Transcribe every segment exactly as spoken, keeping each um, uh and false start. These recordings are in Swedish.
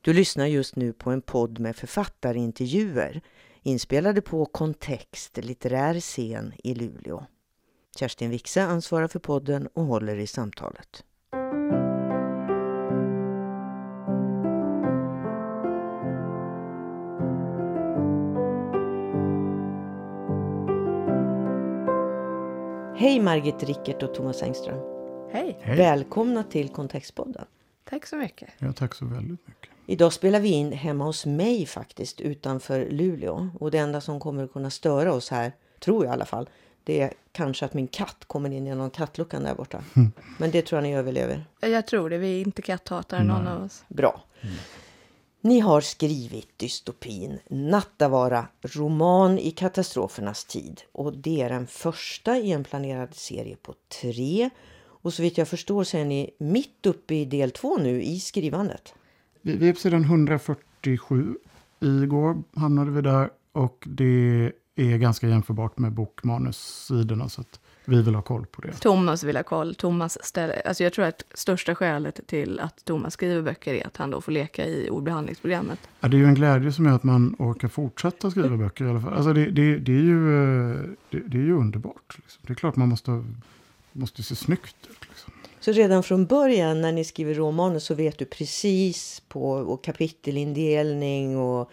Du lyssnar just nu på en podd med författarintervjuer inspelade på Kontext, litterär scen i Luleå. Kerstin Wixe ansvarar för podden och håller i samtalet. Hej Margit Rickert och Thomas Engström. Hej. Hej. Välkomna till Kontextpodden. Tack så mycket. Ja, tack så väldigt mycket. Idag spelar vi in hemma hos mig faktiskt utanför Luleå. Och det enda som kommer att kunna störa oss här, tror jag i alla fall, det är kanske att min katt kommer in genom kattluckan där borta. Mm. Men det tror jag ni överlever. Jag tror det. Vi är inte katthatare någon av oss. Bra. Mm. Ni har skrivit dystopin Nattavara, roman i katastrofernas tid. Och det är den första i en planerad serie på tre. Och så vitt jag förstår så är ni mitt uppe i del två nu i skrivandet. Vi, vi är på sidan hundrafyrtiosju. Igår hamnade vi där och det är ganska jämförbart med bokmanussidorna så att vi vill ha koll på det. Thomas vill ha koll. Thomas ställer, alltså jag tror att största skälet till att Thomas skriver böcker är att han då får leka i ordbehandlingsprogrammet. Ja, det är ju en glädje som gör att man orkar fortsätta skriva böcker i alla fall. Alltså det, det, det, är, ju, det, det är ju underbart. Liksom. Det är klart man måste, måste se snyggt ut. Liksom. Så redan från början när ni skriver romaner så vet du precis på och kapitelindelning och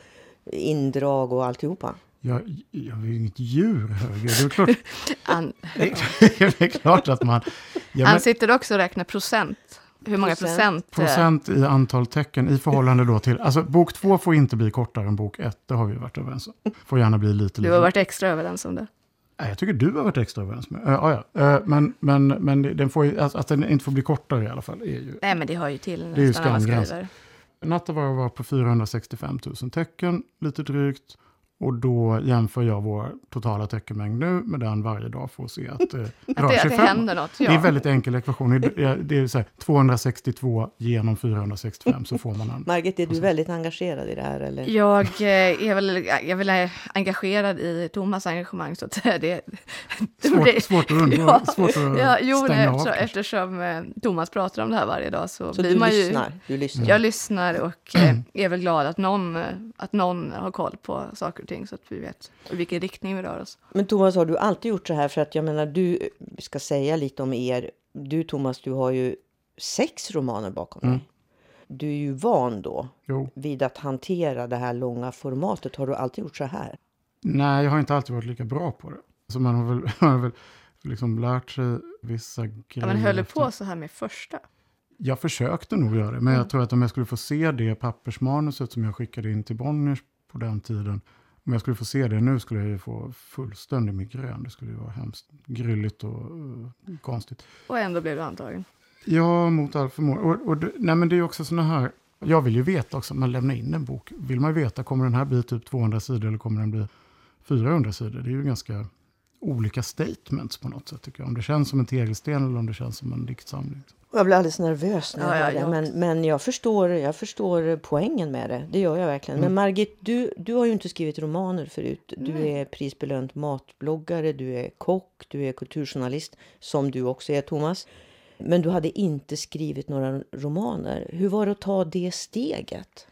indrag och alltihopa? Jag, jag är ju inget djur, Höger. Det är klart, Han, det är klart att man... Ja, han men, sitter också och räknar procent. Hur många procent? Procent i antal tecken i förhållande då till... Alltså bok två får inte bli kortare än bok ett. Det har vi varit överens om. Får gärna bli lite... Du har varit extra överens om det. Nej, jag tycker du har varit extra överens med. Uh, ja, ja. Uh, men men, men den får ju, alltså, att den inte får bli kortare i alla fall. Är ju, Nej, men det har ju till det är ju nästan alla skamgräns. skriver. Nattavara var på fyrahundrasextiofem tusen tecken, lite drygt. Och då jämför jag vår totala teckenmängd nu med den varje dag för att se att det att rör det, sig att det framåt. händer något, ja. Det är en väldigt enkel ekvation. Det är, det är så här, tvåhundrasextiotvå genom fyrahundrasextiofem så får man en... Margit, är du väldigt engagerad i det här? Eller? Jag är väl jag är väl engagerad i Thomas engagemang så att säga. Det, det, svårt, det, svårt att, undgå, ja, svårt att ja, jo, stänga nej, av. eftersom, kanske. eftersom eh, Thomas pratar om det här varje dag så, Så blir du man lyssnar? ju... Du lyssnar. Jag lyssnar och eh, är väl glad att någon, eh, att någon har koll på saker och ting så att vi vet i vilken riktning vi rör oss. Men Thomas, har du alltid gjort så här? För att jag menar, du ska säga lite om er. Du Thomas, du har ju sex romaner bakom dig. Mm. Du är ju van då Jo. vid att hantera det här långa formatet. Har du alltid gjort så här? Nej, jag har inte alltid varit lika bra på det. Så man har väl, man har väl liksom lärt sig vissa grejer. Ja, men höll du efter- på så här med första? Jag försökte nog göra det, men Mm. jag tror att om jag skulle få se det pappersmanuset som jag skickade in till Bonniers på den tiden, om jag skulle få se det nu skulle jag ju få fullständig migrän. Det skulle ju vara hemskt grylligt och uh, konstigt. Och ändå blev du antagen. Ja, mot all förmåga. Och, och, det- nej, men det är ju också såna här... Jag vill ju veta också, om man lämnar in en bok. Vill man ju veta, kommer den här bli typ tvåhundra sidor eller kommer den bli fyrahundra sidor? Det är ju ganska olika statements på något sätt tycker jag. Om det känns som en tegelsten eller om det känns som en diktsamling. Jag blir alldeles nervös när jag Ja, hör ja, det. jag Men, men jag, förstår, jag förstår poängen med det. Det gör jag verkligen. Mm. Men Margit, du, du har ju inte skrivit romaner förut. Du Nej. är prisbelönt matbloggare, du är kock, du är kulturjournalist. Som du också är, Thomas. Men du hade inte skrivit några romaner. Hur var det att ta det steget?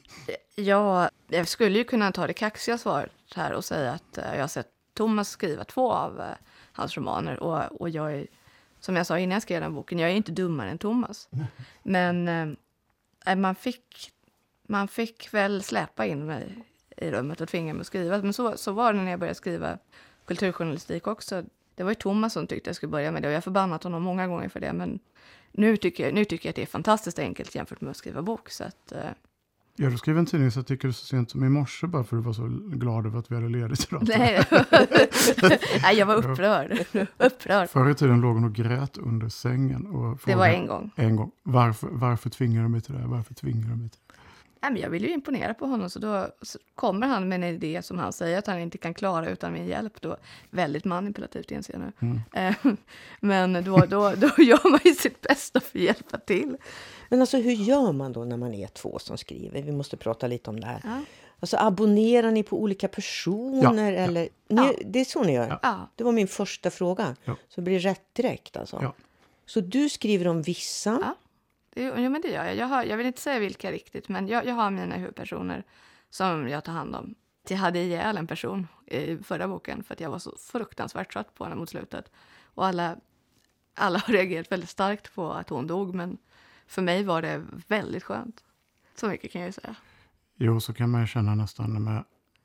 Ja, jag skulle ju kunna ta det kaxiga svaret här och säga att eh, jag har sett Thomas skriva två av eh, hans romaner. Och, och jag är, som jag sa innan jag skrev den boken, jag är inte dummare än Thomas. Men eh, man, fick, man fick väl släpa in mig i rummet och tvinga mig att skriva. Men så, så var det när jag började skriva kulturjournalistik också. Det var ju Thomas som tyckte jag skulle börja med det och jag har förbannat honom många gånger för det. Men nu tycker jag, nu tycker jag att det är fantastiskt enkelt jämfört med att skriva bok. Så att, eh, Ja, du skrev en tidningsartikel så sent som i morse bara för att du var så glad över att vi hade ledigt idag. nej, nej, jag var upprörd. upprörd. Förr i tiden låg hon och grät under sängen. Och Det frågade var en gång. En gång. Varför, varför tvingar de mig till det här? Varför tvingar de mig till det? Nej, men jag vill ju imponera på honom så då så kommer han med en idé som han säger att han inte kan klara utan min hjälp. Då, väldigt manipulativt inser jag nu. Mm. Eh, Men då, då, då gör man ju sitt bästa för att hjälpa till. Men alltså hur gör man då när man är två som skriver? Vi måste prata lite om det här. Ja. Alltså abonnerar ni på olika personer? Ja, ja. Eller? Ni, Ja. Det är så ni gör? Ja. Ja. Det var min första fråga. Ja. Så det blir rätt direkt alltså. Ja. Så du skriver om vissa Ja. Det, ja, men det gör jag. Jag, har, jag vill inte säga vilka riktigt, men jag, jag har mina huvudpersoner som jag tar hand om. Jag hade ihjäl en person i förra boken för att jag var så fruktansvärt trött på henne mot slutet. Och alla, alla har reagerat väldigt starkt på att hon dog, men för mig var det väldigt skönt. Så mycket kan jag ju säga. Jo, så kan man ju känna nästan med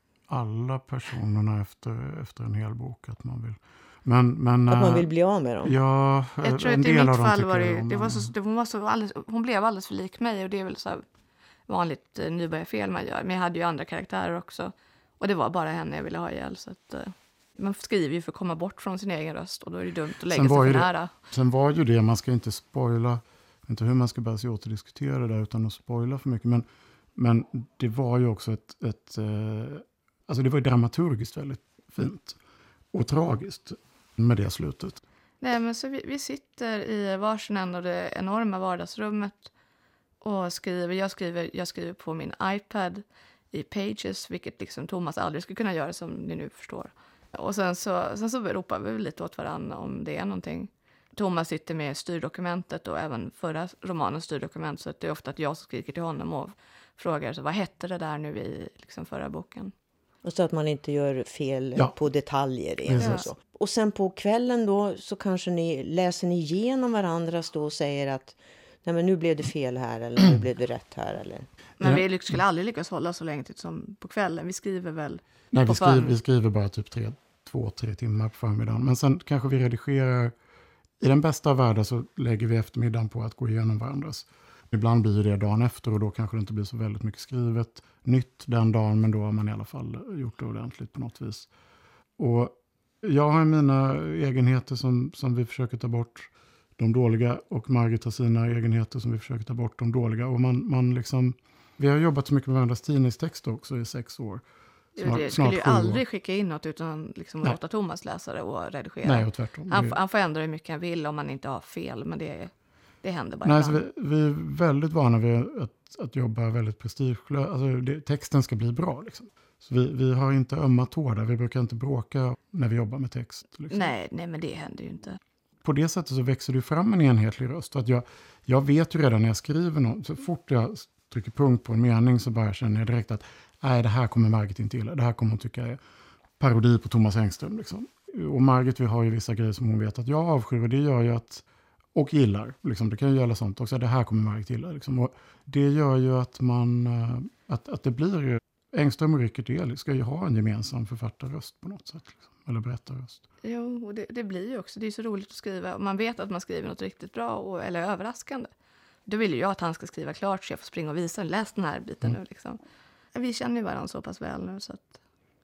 alla personerna efter, efter en hel bok att man vill... Men, men, att man vill bli av med dem? Ja, jag tror en att del i mitt av dem fall tycker var det, jag, det var men- så, det, hon, var så alldeles, hon blev alldeles för lik mig, och det är väl så här vanligt eh, nybörjarfel man gör. Men jag hade ju andra karaktärer också, och det var bara henne jag ville ha ihjäl. Så att, eh, man skriver ju för att komma bort från sin egen röst, och då är det dumt att lägga Sen sig var för ju det- nära. Sen var ju det, man ska inte spoila, inte hur man ska börja sig åt att diskutera det där utan att spoila för mycket. Men, men det var ju också ett, ett eh, alltså det var ju dramaturgiskt väldigt fint och tragiskt med det slutet. Nej, men så vi, vi sitter i varsin ända av det enorma vardagsrummet och skriver. Jag skriver, jag skriver på min iPad i Pages, vilket liksom Thomas aldrig skulle kunna göra, som ni nu förstår. Och sen så, sen så ropar vi lite åt varandra om det är någonting. Thomas sitter med styrdokumentet och även förra romanens styrdokument, så att det är ofta att jag skriker till honom och frågar så, vad hette det där nu i liksom förra boken. Och så att man inte gör fel Ja. på detaljer. Precis. Och, så. Och sen på kvällen då så kanske ni läser ni igenom varandras då och säger att nej, men nu blev det fel här eller nu blev det rätt här. Eller... Men Ja. vi lyck- skulle aldrig lyckas hålla så länge till som på kvällen. Vi skriver väl Nej, på vi skriver, förmiddagen. vi skriver bara typ tre, två, tre timmar på förmiddagen. Men sen kanske vi redigerar, i den bästa av världar så lägger vi eftermiddagen på att gå igenom varandras. Ibland blir det dagen efter och då kanske det inte blir så väldigt mycket skrivet nytt den dagen, men då har man i alla fall gjort det ordentligt på något vis. Och jag har mina egenheter som, som vi försöker ta bort de dåliga, och Margit har sina egenheter som vi försöker ta bort de dåliga. Och man, man liksom, vi har jobbat så mycket med varandras tidningstext också i sex år. Jo, det snart skulle ju sju år. aldrig skicka in något utan liksom Nej. låta Thomas läsa det och redigera. Nej, och tvärtom. han, Det- f- han får ändra hur mycket han vill om man inte har fel, men det, det händer bara Nej, så ibland. vi, vi är väldigt vana vid att, att jobba väldigt prestigelöst. Alltså det, texten ska bli bra. Liksom. Så vi, vi har inte ömma tår där. Vi brukar inte bråka när vi jobbar med text. Liksom. Nej, nej, men det händer ju inte. På det sättet så växer det fram en enhetlig röst. Att jag, jag vet ju redan när jag skriver något, så fort jag trycker punkt på en mening så bara känner jag direkt att nej, det här kommer Margit inte gilla. Det här kommer hon tycka är parodi på Thomas Engström. Liksom. Och Margit, vi har ju vissa grejer som hon vet att jag avskyr, och det gör ju att, och gillar. Liksom. Det kan ju gälla sånt också. Det här kommer Margit gilla. Liksom. Och det gör ju att man, äh, att, att det blir ju, Engström och Rickert Eli ska ju ha en gemensam författarröst på något sätt. Liksom. Eller berättarröst. Jo, och det, det blir ju också. Det är så roligt att skriva. Man vet att man skriver något riktigt bra och, eller överraskande. Då vill ju jag att han ska skriva klart så jag får springa och visa. Läs den här biten Mm. nu liksom. Vi känner ju varandra så pass väl nu så att...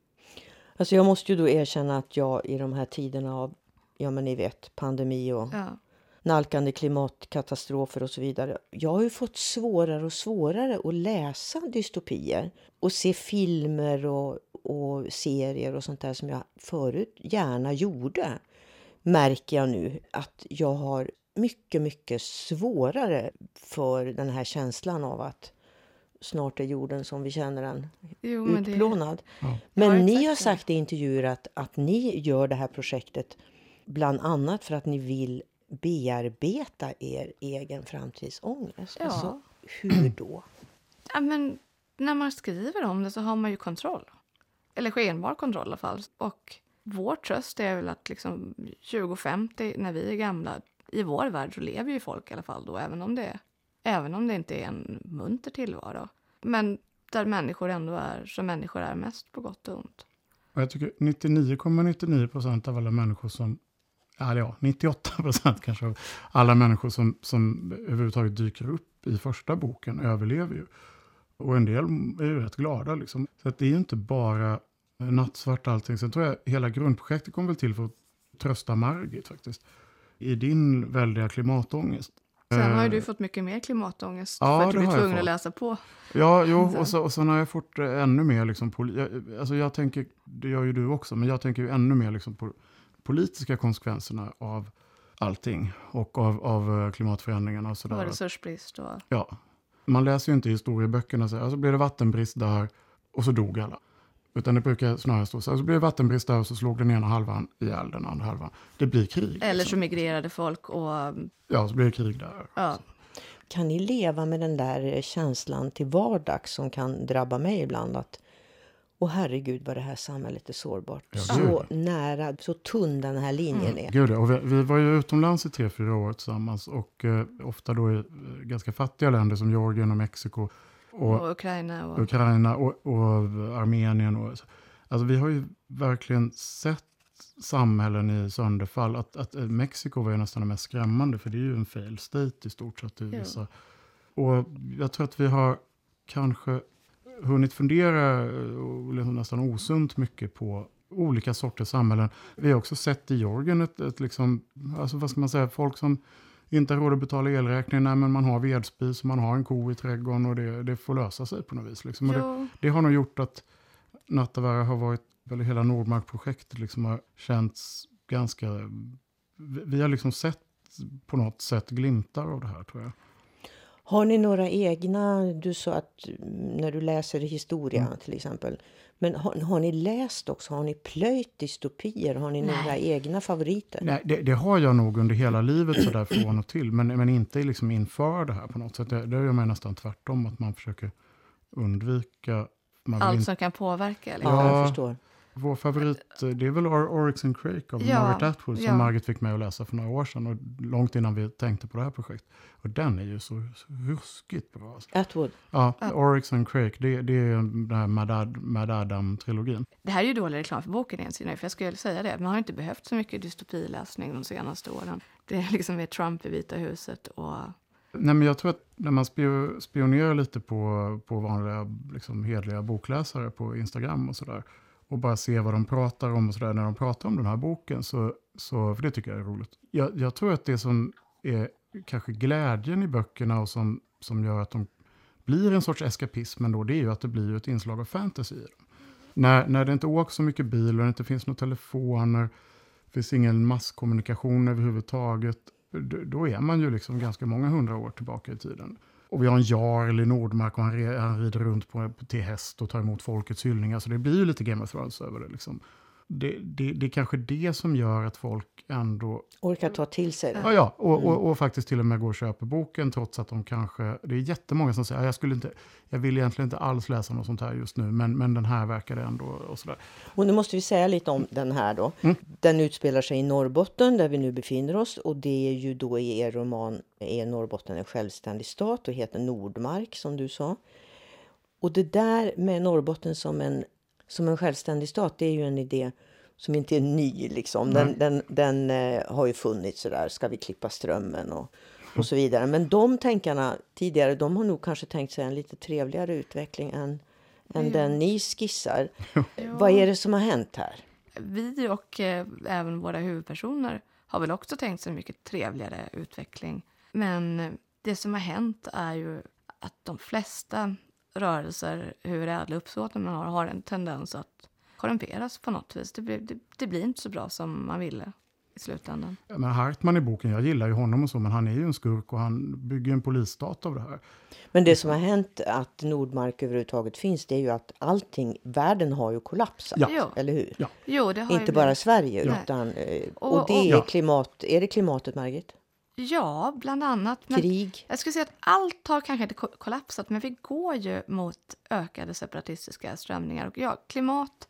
Alltså jag måste ju då erkänna att jag i de här tiderna av, ja men ni vet, pandemi och Ja. nalkande klimatkatastrofer och så vidare. Jag har ju fått svårare och svårare att läsa dystopier och se filmer och, och serier och sånt där som jag förut gärna gjorde. Märker jag nu att jag har mycket, mycket svårare för den här känslan av att snart är jorden som vi känner den Jo, men det... utplånad. Ja. Men Ja, ni exakt har så. sagt i intervjuer att, att ni gör det här projektet bland annat för att ni vill bearbeta er egen framtidsångest. Ja. Alltså, hur då? Ja, men när man skriver om det så har man ju kontroll. Eller skenbar kontroll i alla fall. Och vår tröst är väl att liksom tjugo femtio, när vi är gamla, i vår värld så lever ju folk i alla fall då, även om det, även om det inte är en munter tillvaro. Men där människor ändå är som människor är mest på gott och ont. Och jag tycker nittionio komma nittionio procent av alla människor som, ja, ja nittioåtta procent kanske av alla människor som, som överhuvudtaget dyker upp i första boken överlever ju. Och en del är ju rätt glada liksom. Så att det är ju inte bara nattsvart allting. Sen tror jag hela grundprojektet kom väl till för att trösta Margit faktiskt. I din väldiga klimatångest. Sen har ju Eh, du fått mycket mer klimatångest ja, för att det du är har jag tvungen att fått. läsa på. Ja, jo, Så. och, så, och sen har jag fått eh, ännu mer liksom, poli- jag, alltså jag tänker, det gör ju du också, men jag tänker ju ännu mer liksom på politiska konsekvenserna av allting och av, av eh, klimatförändringarna och Och sådär. resursbrist och... Ja, man läser ju inte historieböckerna så här, alltså blev det vattenbrist där och så dog alla. Utan det brukar snarare stå så här, så blev det vattenbrist där och så slog den ena halvan ihjäl den andra halvan. Det blir krig. Eller så liksom. migrerade folk och... Ja, så blir det krig där. Ja. kan ni leva med den där känslan till vardags som kan drabba mig ibland? Att, åh herregud vad det här samhället är sårbart. Ja, så nära, så tunn den här linjen är. Gud, och vi, vi var ju utomlands i tre, fyra år tillsammans. Och eh, ofta då i eh, ganska fattiga länder som Georgien och Mexiko. Och, Och Ukraina. Och... Ukraina och, och Armenien. Och, alltså vi har ju verkligen sett samhällen i sönderfall. Att, att Mexiko var ju nästan det mest skrämmande. För det är ju en fail state i stort sett. I vissa. Och jag tror att vi har kanske hunnit fundera och liksom nästan osunt mycket på olika sorters samhällen. Vi har också sett i Georgien ett, ett liksom, alltså vad ska man säga, folk som inte har råd att betala elräkningen. Nej, men man har vedspis, man har en ko i trädgården och det, det får lösa sig på något vis. Liksom. Och det, det har nog gjort att Nattavaara har varit, eller hela Nordmark-projektet liksom har känts ganska, vi, vi har liksom sett på något sätt glimtar av det här, tror jag. Har ni några egna, du sa att när du läser historia mm. till exempel, men har, har ni läst också, har ni plöjt dystopier, har ni Nej. några egna favoriter? Nej, det, det har jag nog under hela livet sådär från och till, men, men inte liksom inför det här på något sätt. Det, det gör man nästan tvärtom, att man försöker undvika. Man Allt in... som kan påverka. Liksom. Ja, jag förstår. Vår favorit, det är väl Or- Oryx and Crake av ja, Margaret Atwood som ja. Margaret fick med att läsa för några år sedan och långt innan vi tänkte på det här projektet. Och den är ju så, så ruskigt bra. Alltså. Atwood? Ja, ja. Oryx and Crake, det, det är den här Mad, Ad, Mad Adam-trilogin. Det här är ju dålig reklam för boken egentligen, för jag skulle säga det. Man har inte behövt så mycket dystopiläsning de senaste åren. Det är liksom med Trump i Vita huset och... Nej, men jag tror att när man spio, spionerar lite på, på vanliga liksom, hedliga bokläsare på Instagram och sådär, och bara se vad de pratar om och sådär när de pratar om den här boken, så, så för det tycker jag är roligt. Jag, jag tror att det som är kanske glädjen i böckerna och som, som gör att de blir en sorts eskapism ändå, det är ju att det blir ett inslag av fantasy i dem. När, när det inte åker så mycket bil och det inte finns några telefoner, det finns ingen masskommunikation överhuvudtaget, då är man ju liksom ganska många hundra år tillbaka i tiden. Och vi har en jarl i Nordmark och han, re, han rider runt på, till häst och tar emot folkets hyllningar. Så det blir ju lite Game of Thrones över det. Liksom. Det, det, det är kanske det som gör att folk ändå... orkar ta till sig det. Ja, ja och, och, och faktiskt till och med gå och köpa boken trots att de kanske... Det är jättemånga som säger jag skulle inte, jag vill egentligen inte alls läsa något sånt här just nu, men, men den här verkar det ändå och sådär. Och nu måste vi säga lite om den här då. Mm. Den utspelar sig i Norrbotten där vi nu befinner oss, och det är ju då i er roman är Norrbotten en självständig stat och heter Nordmark som du sa. Och det där med Norrbotten som en, som en självständig stat, det är ju en idé som inte är ny liksom. Den, den, den eh, har ju funnits sådär, ska vi klippa strömmen och, och så vidare. Men de tänkarna tidigare, de har nog kanske tänkt sig en lite trevligare utveckling än, än mm. den ni skissar. Ja. Vad är det som har hänt här? Vi och eh, även våra huvudpersoner har väl också tänkt sig en mycket trevligare utveckling. Men det som har hänt är ju att de flesta rörelser, hur ädla uppsåten man har, har en tendens att korrumperas på något vis. Det blir, det, det blir inte så bra som man ville i slutändan. Ja, men Hartman i boken, jag gillar ju honom och så, men han är ju en skurk och han bygger en polisstat av det här. Men det som har hänt att Nordmark överhuvudtaget finns, det är ju att allting, världen har ju kollapsat, ja. eller hur? Ja. Jo, det har inte ju bara blivit. Sverige, Nej. utan och, Och- och det är Ja. klimat, är det klimatet, Margit? Ja, bland annat. Men Krig? jag skulle säga att allt har kanske inte ko- kollapsat, men vi går ju mot ökade separatistiska strömningar. Och ja, klimat,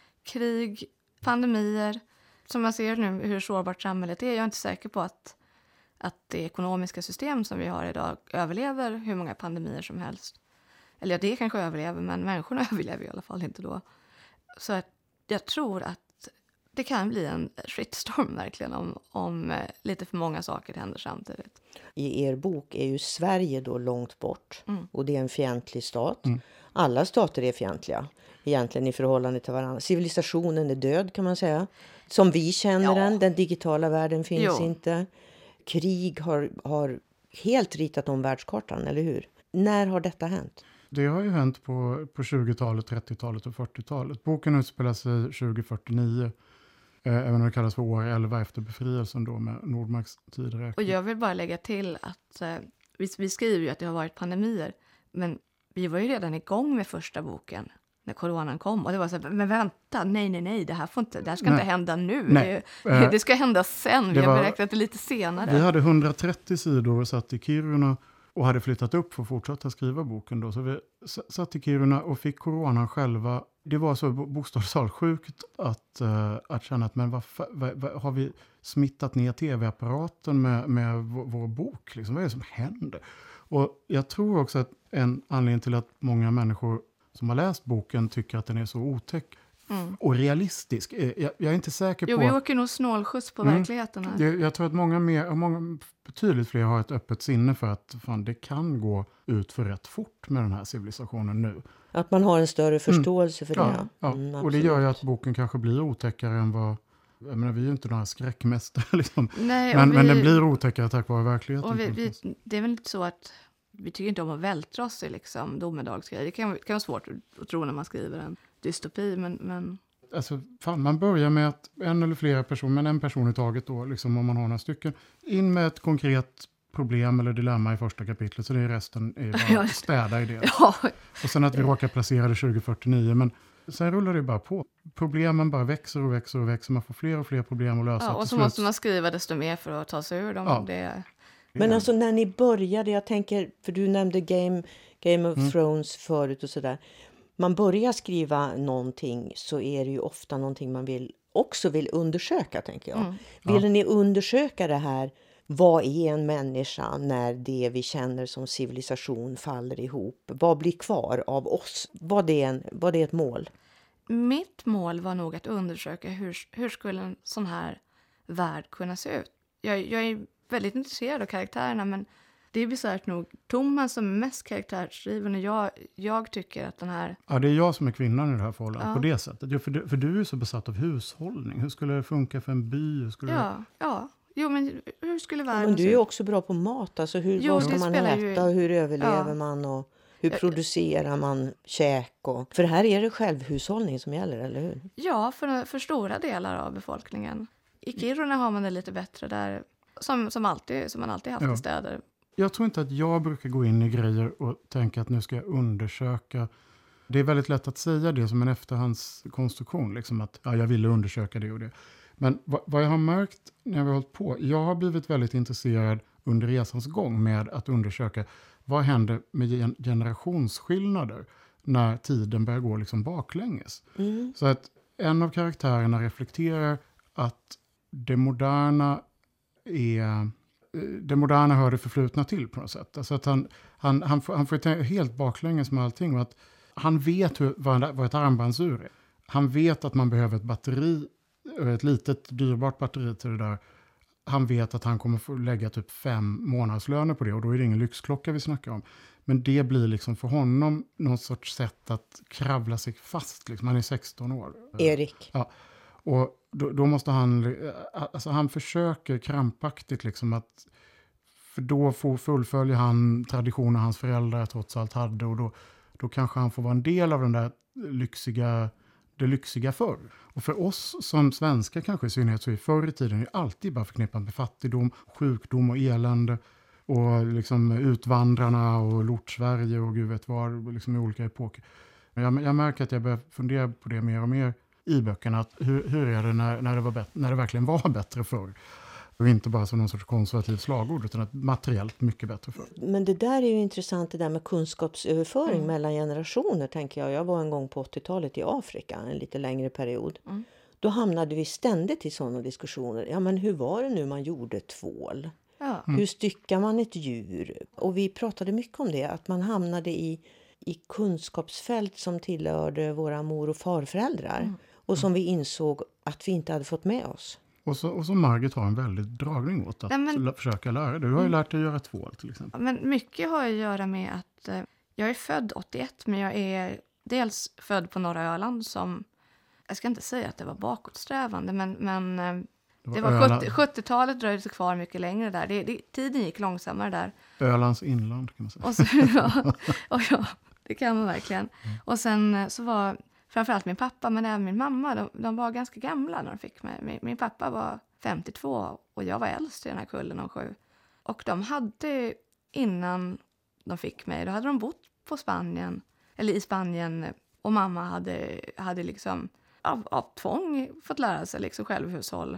krig, pandemier. Som man ser nu hur sårbart samhället är. Jag är inte säker på att, att det ekonomiska system som vi har idag överlever hur många pandemier som helst. Eller ja, det kanske överlever, men människorna överlever i alla fall inte då. Så att jag tror att det kan bli en shitstorm verkligen om, om eh, lite för många saker händer samtidigt. I er bok är ju Sverige då långt bort, Mm. och det är en fientlig stat. Mm. Alla stater är fientliga egentligen i förhållande till varandra. Civilisationen är död, kan man säga. Som vi känner Ja. den, den digitala världen finns Jo. inte. Krig har, har helt ritat om världskartan, eller hur? När har detta hänt? Det har ju hänt på, på tjugotalet, trettiotalet och fyrtiotalet. Boken utspelar sig tjugo fyrtionio. Eh, även om det kallas för år elva efter befrielsen då med Nordmarks tideräkning. Och jag vill bara lägga till att eh, vi, vi skriver ju att det har varit pandemier. Men vi var ju redan igång med första boken när coronan kom. Och det var så här, men vänta, nej, nej, nej, det här, får inte, det här ska Nej. inte hända nu. Nej. Det, Eh, det ska hända sen, vi det har var- beräknat det lite senare. Vi hade hundratrettio sidor och satt i Kiruna och hade flyttat upp för att fortsätta skriva boken då. Så vi satt i Kiruna och fick coronan själva. Det var så bokstavligt sjukt att, uh, att känna att men vad, vad, vad, har vi smittat ner tv-apparaten med, med vår, vår bok? Liksom, vad är det som händer? Och jag tror också att en anledning till att många människor som har läst boken tycker att den är så otäck mm. och realistisk. Jag, jag är inte säker jo, på... Jo, vi åker nog snålskjuts på mm, verkligheten här. Jag, jag tror att många, mer, många, betydligt fler har ett öppet sinne för att fan, det kan gå ut för rätt fort med den här civilisationen nu. Att man har en större förståelse mm. för det. Ja, ja. Mm, och det gör ju att boken kanske blir otäckare än vad... Jag menar, vi är ju inte några skräckmästare liksom. Nej, men, vi, men den blir otäckare tack vare verkligheten. Och vi, vi, det är väl inte så att vi tycker inte om att vältra oss i liksom domedagsgrejer. Det kan, det kan vara svårt att tro när man skriver en dystopi, men... men... Alltså, fan, man börjar med att en eller flera personer, men en person i taget då, liksom, om man har några stycken, in med ett konkret problem eller dilemma i första kapitlet, så det är resten är bara städa i det. Ja. Och sen att vi råkar placera det tjugo fyrtionio, men sen rullar det bara på. Problemen bara växer och växer och växer. Man får fler och fler problem att lösa. Ja, och så måste man skriva desto mer för att ta sig ur dem. Ja. Det... Men alltså när ni började, jag tänker, för du nämnde Game, Game of mm. Thrones förut och sådär. Man börjar skriva någonting så är det ju ofta någonting man vill, också vill undersöka, tänker jag. Mm. Vill ja. ni undersöka det här? Vad är en människa när det vi känner som civilisation faller ihop? Vad blir kvar av oss? Var det, en, var det ett mål? Mitt mål var nog att undersöka hur, hur skulle en sån här värld kunna se ut. Jag, jag är väldigt intresserad av karaktärerna, men det är bisarrt nog Thomas som är mest karaktärsdriven, och jag, jag tycker att den här... Ja, det är jag som är kvinnan i det här förhållandet ja. på det sättet. Ja, för, du, för du är så besatt av hushållning. Hur skulle det funka för en by? Hur skulle ja, det... ja. Jo, men hur skulle världen ja, men du är ju också bra på mat. Alltså hur, jo, vad ska man äta ju... och hur överlever ja. man och hur jag, producerar man käk? Och... För här är det självhushållning som gäller, eller hur? Ja, för, för stora delar av befolkningen. I Kiruna har man det lite bättre där, som, som, alltid, som man alltid haft ja. i städer. Jag tror inte att jag brukar gå in i grejer och tänka att nu ska jag undersöka. Det är väldigt lätt att säga det som en efterhandskonstruktion. Liksom att ja, jag ville undersöka det och det. Men vad, vad jag har märkt när jag har hållit på. Jag har blivit väldigt intresserad under resans gång med att undersöka vad händer med generationsskillnader när tiden börjar gå liksom baklänges. Mm. Så att en av karaktärerna reflekterar att det moderna är... Det moderna hör det förflutna till på något sätt. Alltså att han, han, han, får, han får tänka helt baklänges med allting. Och att han vet hur, vad, vad ett armbandsur är. Han vet att man behöver ett batteri, ett litet dyrbart batteri till det där. Han vet att han kommer få lägga typ fem månadslöner på det. Och då är det ingen lyxklocka vi snackar om. Men det blir liksom för honom någon sorts sätt att kravla sig fast. Liksom. Han är sexton år. Erik. Ja. Och då, då måste han, alltså han försöker krampaktigt liksom att, för då får fullfölja han traditioner hans föräldrar trots allt hade, och då, då kanske han får vara en del av den där lyxiga, det lyxiga förr. Och för oss som svenskar kanske i synnerhet så är förr i tiden är alltid bara förknippat med fattigdom, sjukdom och elände, och liksom utvandrarna och Lort-Sverige och gud vet vad, liksom i olika epoker. Jag, jag märker att jag börjar fundera på det mer och mer i böckerna, att hur, hur är det när, när, det var bet- när det verkligen var bättre förr? Och inte bara som någon sorts konservativ slagord, utan ett materiellt mycket bättre förr. Men det där är ju intressant, det där med kunskapsöverföring mm. mellan generationer, tänker jag. Jag var en gång på åttiotalet i Afrika, en lite längre period. Mm. Då hamnade vi ständigt i sådana diskussioner. Ja, men hur var det nu man gjorde tvål? Ja. Mm. Hur styckar man ett djur? Och vi pratade mycket om det, att man hamnade i, i kunskapsfält som tillhörde våra mor- och farföräldrar. Mm. Och som vi insåg att vi inte hade fått med oss. Och så, och så Margit har en väldigt dragning åt att ja, men, försöka lära. Du har ju lärt dig att göra tvål till exempel. Men mycket har att göra med att eh, jag är född åttioett, men jag är dels född på norra Öland som, jag ska inte säga att det var bakåtsträvande, men, men eh, det var, det var sjuttio, sjuttiotalet dröjde sig kvar mycket längre där. Det, det, tiden gick långsammare där. Ölands inland kan man säga. Och så, ja, och ja, det kan man verkligen. Mm. Och sen så var framförallt min pappa, men även min mamma, de, de var ganska gamla när de fick mig. Min, min pappa var femtiotvå och jag var äldst i den här kullen om sju. Och de hade, innan de fick mig, då hade de bott på Spanien, eller i Spanien. Och mamma hade, hade liksom av, av tvång fått lära sig liksom självhushåll.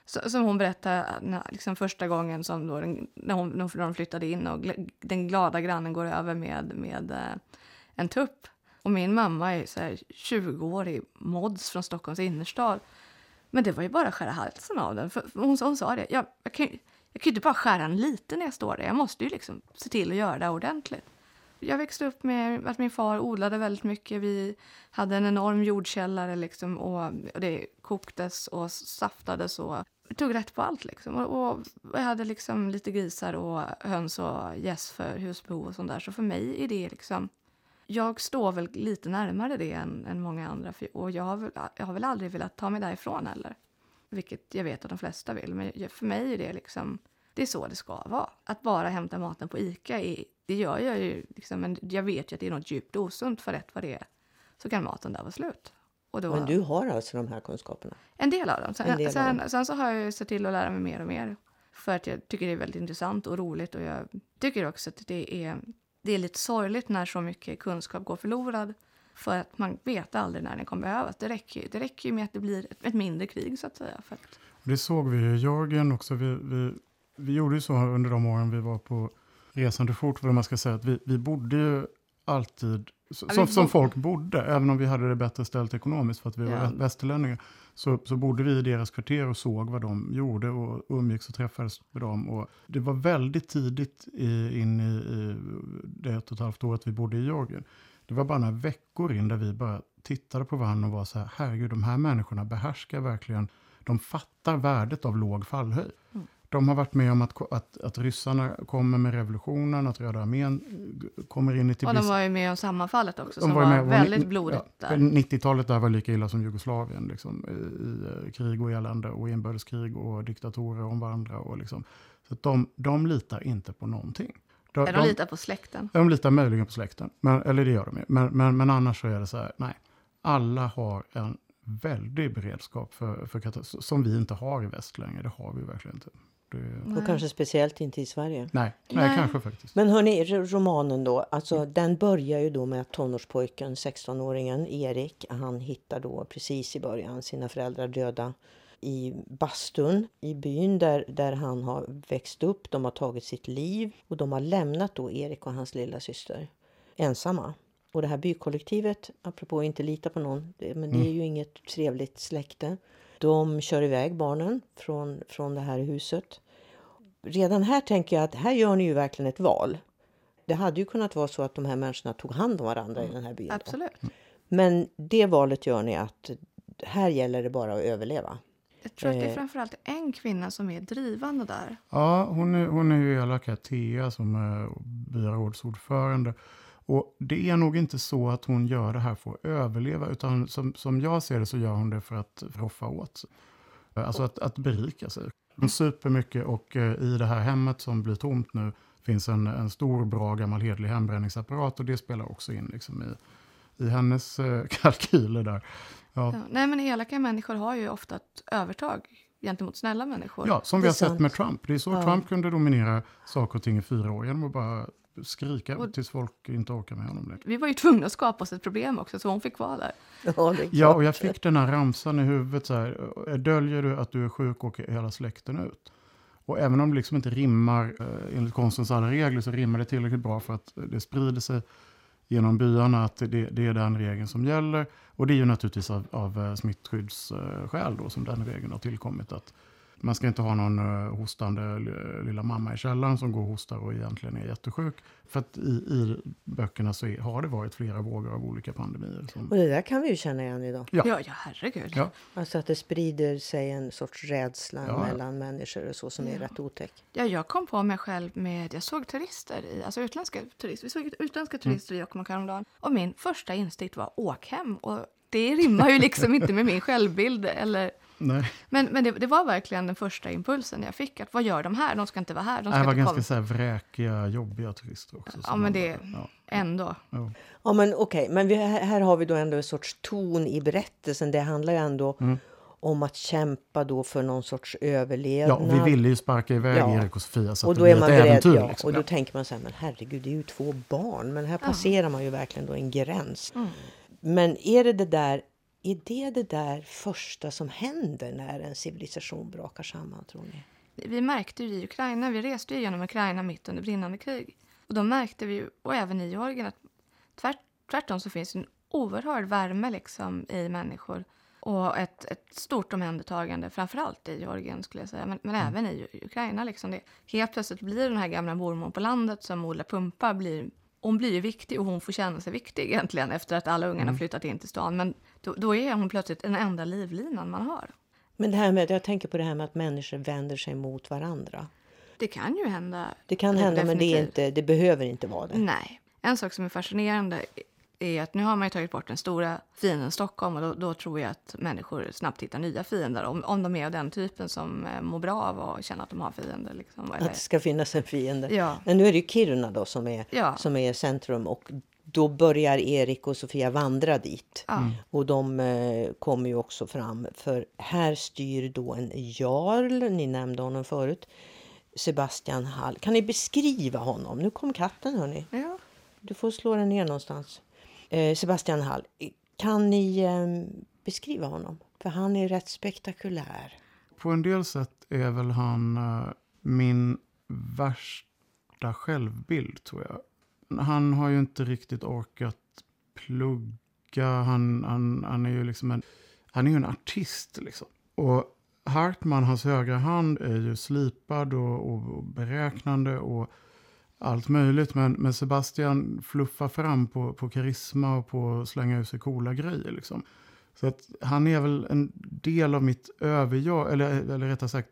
Så, som hon berättade när, liksom första gången som då den, när, hon, när de flyttade in och gl- den glada grannen går över med, med eh, en tupp. Och min mamma är så här tjugo-årig mods från Stockholms innerstad. Men det var ju bara att skära halsen av den. För hon, hon sa det, jag, jag, kan, jag kan ju inte bara skära en lite när jag står där. Jag måste ju liksom se till att göra det ordentligt. Jag växte upp med att min far odlade väldigt mycket. Vi hade en enorm jordkällare liksom, och, och det koktes och saftades och vi tog rätt på allt. Liksom. Och, och jag hade liksom lite grisar och höns och gäss för husbehov och sånt där. Så för mig är det liksom... Jag står väl lite närmare det än, än många andra. Och jag har, väl, jag har väl aldrig velat ta mig därifrån heller. Vilket jag vet att de flesta vill. Men för mig är det liksom... Det är så det ska vara. Att bara hämta maten på ICA, är, det gör jag ju. Liksom, men jag vet ju att det är något djupt osunt för rätt vad det är. Så kan maten där vara slut. Och då, men du har alltså de här kunskaperna? En del av dem. Sen, del sen, av dem. sen så har jag ju sett till att lära mig mer och mer. För att jag tycker det är väldigt intressant och roligt. Och jag tycker också att det är, det är lite sorgligt när så mycket kunskap går förlorad. För att man vet aldrig när den kommer behövas. Det räcker, det räcker ju med att det blir ett, ett mindre krig så att säga. För att... Det såg vi ju i Jörgen också. Vi, vi, vi gjorde ju så under de åren vi var på resande fort. Vad man ska säga att vi, vi bodde ju alltid som, ja, som bod- folk bodde. Även om vi hade det bättre ställt ekonomiskt för att vi Ja. var västerlänningar. Så, så bodde vi i deras kvarter och såg vad de gjorde och umgicks och träffades med dem. Och det var väldigt tidigt i, in i, i det ett och ett halvt året vi bodde i Jörgen. Det var bara några veckor in där vi bara tittade på varandra och var så här, herregud, de här människorna behärskar verkligen, de fattar värdet av låg fallhöjd. Mm. De har varit med om att, att, att ryssarna kommer med revolutionen, att Röda armén kommer in i Tbilisi. Och de var ju med om sammanfallet också, de som var, var, med, väldigt var, blodigt ja, där. nittiotalet där var lika illa som Jugoslavien, liksom, i, i krig och elände och inbördeskrig och diktatorer om varandra. Och liksom. Så att de, de litar inte på någonting. De, de, de litar på släkten. De litar möjligen på släkten, men, eller det gör de ju. Men, men, men annars så är det så här, nej. Alla har en väldig beredskap för, för katastrof, som vi inte har i väst längre. Det har vi verkligen inte. Det... Och kanske speciellt inte i Sverige. Nej, nej, nej. kanske faktiskt. Men hörni, romanen då, alltså mm. den börjar ju då med att tonårspojken, sexton-åringen Erik, han hittar då precis i början sina föräldrar döda i bastun i byn där, där han har växt upp. De har tagit sitt liv och de har lämnat då Erik och hans lilla syster ensamma. Och det här bykollektivet, apropå att inte lita på någon, det, men mm. det är ju inget trevligt släkte. De kör iväg barnen från, från det här huset. Redan här tänker jag att här gör ni ju verkligen ett val. Det hade ju kunnat vara så att de här människorna tog hand om varandra mm. i den här byn. Absolut. Men det valet gör ni att här gäller det bara att överleva. Jag tror att det är framförallt en kvinna som är drivande där. Ja, hon är, hon är ju elak här, Thea, som är byrådsordförande. Och det är nog inte så att hon gör det här för att överleva, utan som, som jag ser det så gör hon det för att roffa åt sig. Alltså att, att berika sig. Hon super mycket och eh, i det här hemmet som blir tomt nu finns en, en stor, bra, gammal hedlig hembränningsapparat och det spelar också in liksom i, i hennes eh, kalkyler där. Ja. Ja, nej, men elaka människor har ju ofta ett övertag gentemot snälla människor. Ja, som vi har sant. sett med Trump. Det är så ja. Trump kunde dominera saker och ting i fyra år genom att bara skrika och, tills folk inte orkar med honom. Vi var ju tvungna att skapa oss ett problem också, så hon fick vara där. Ja, ja, och jag fick den här ramsan i huvudet så här. Döljer du att du är sjuk och hela släkten ut? Och även om det liksom inte rimmar eh, enligt konstens alla regler så rimmar det tillräckligt bra för att det sprider sig genom byarna att det, det är den regeln som gäller. Och det är ju naturligtvis av, av smittskyddsskäl då som den regeln har tillkommit att man ska inte ha någon uh, hostande lilla mamma i källaren som går och hostar och egentligen är jättesjuk. För att i, i böckerna så är, har det varit flera vågor av olika pandemier. Som... Och det där kan vi ju känna igen idag. Ja, ja, ja herregud. Ja. Alltså att det sprider sig en sorts rädsla ja, mellan ja. människor och så som ja. är rätt otäck. Ja, jag kom på mig själv med, jag såg turister, i, alltså utländska turister. Vi såg utländska turister mm. i Jokkmokk häromdagen. Och min första instinkt var åk hem. Och det rimmar ju liksom inte med min självbild eller... Nej. Men, men det, det var verkligen den första impulsen jag fick. Att vad gör de här? De ska inte vara här. De ska det var inte ganska komma. så här vräkiga, jobbiga turister också. Ja, men det ja. ändå. Ja, ja men okej. Okay. Men vi, här har vi då ändå en sorts ton i berättelsen. Det handlar ju ändå mm. om att kämpa då för någon sorts överlevnad. Ja, vi ville ju sparka iväg ja. Erik och Sofia så och att då det är blir man ett beredd, äventyr. ja. Liksom. Och då ja. tänker man så här, men herregud, det är ju två barn. Men här passerar ja. man ju verkligen då en gräns. Mm. Men är det det där är det det där första som händer när en civilisation brakar samman, tror ni? Vi märkte ju i Ukraina, vi reste ju genom Ukraina mitt under brinnande krig. Och då märkte vi, och även i Georgien, att tvärt, tvärtom så finns en oerhörd värme liksom i människor. Och ett, ett stort omhändertagande, framförallt i Georgien skulle jag säga, men, men mm. även i Ukraina. Liksom det. Helt plötsligt blir den här gamla mormor på landet som odlar pumpar, blir, hon blir ju viktig och hon får känna sig viktig egentligen efter att alla ungarna mm. flyttat in till stan. Men då, då är hon plötsligt den enda livlinan man har. Men det här med, jag tänker på det här med att människor vänder sig mot varandra. Det kan ju hända. Det kan hända, men det, är inte, det behöver inte vara det. Nej. En sak som är fascinerande är att nu har man ju tagit bort den stora fienden Stockholm, och då, då tror jag att människor snabbt hittar nya fiender. Om, om de är av den typen som eh, mår bra av och känner att de har fiender. Liksom, eller... Att det ska finnas en fiende. Ja. Men nu är det ju Kiruna då som är, ja. som är centrum, och då börjar Erik och Sofia vandra dit. Mm. Och de eh, kommer ju också fram, för här styr då en jarl, ni nämnde honom förut, Sebastian Hall. Kan ni beskriva honom? Nu kom katten, hörni. Ja. Du får slå den ner någonstans. Eh, Sebastian Hall, kan ni eh, beskriva honom? För han är rätt spektakulär. På en del sätt är väl han eh, min värsta självbild, tror jag. Han har ju inte riktigt orkat plugga. Han, han, han är ju liksom en, han är ju en artist liksom. Och Hartman, hans högra hand, är ju slipad och, och, och beräknande och allt möjligt. Men, men Sebastian fluffar fram på, på karisma och på att slänga ut sig coola grejer liksom. Så att han är väl en del av mitt överjag, eller, eller rättare sagt,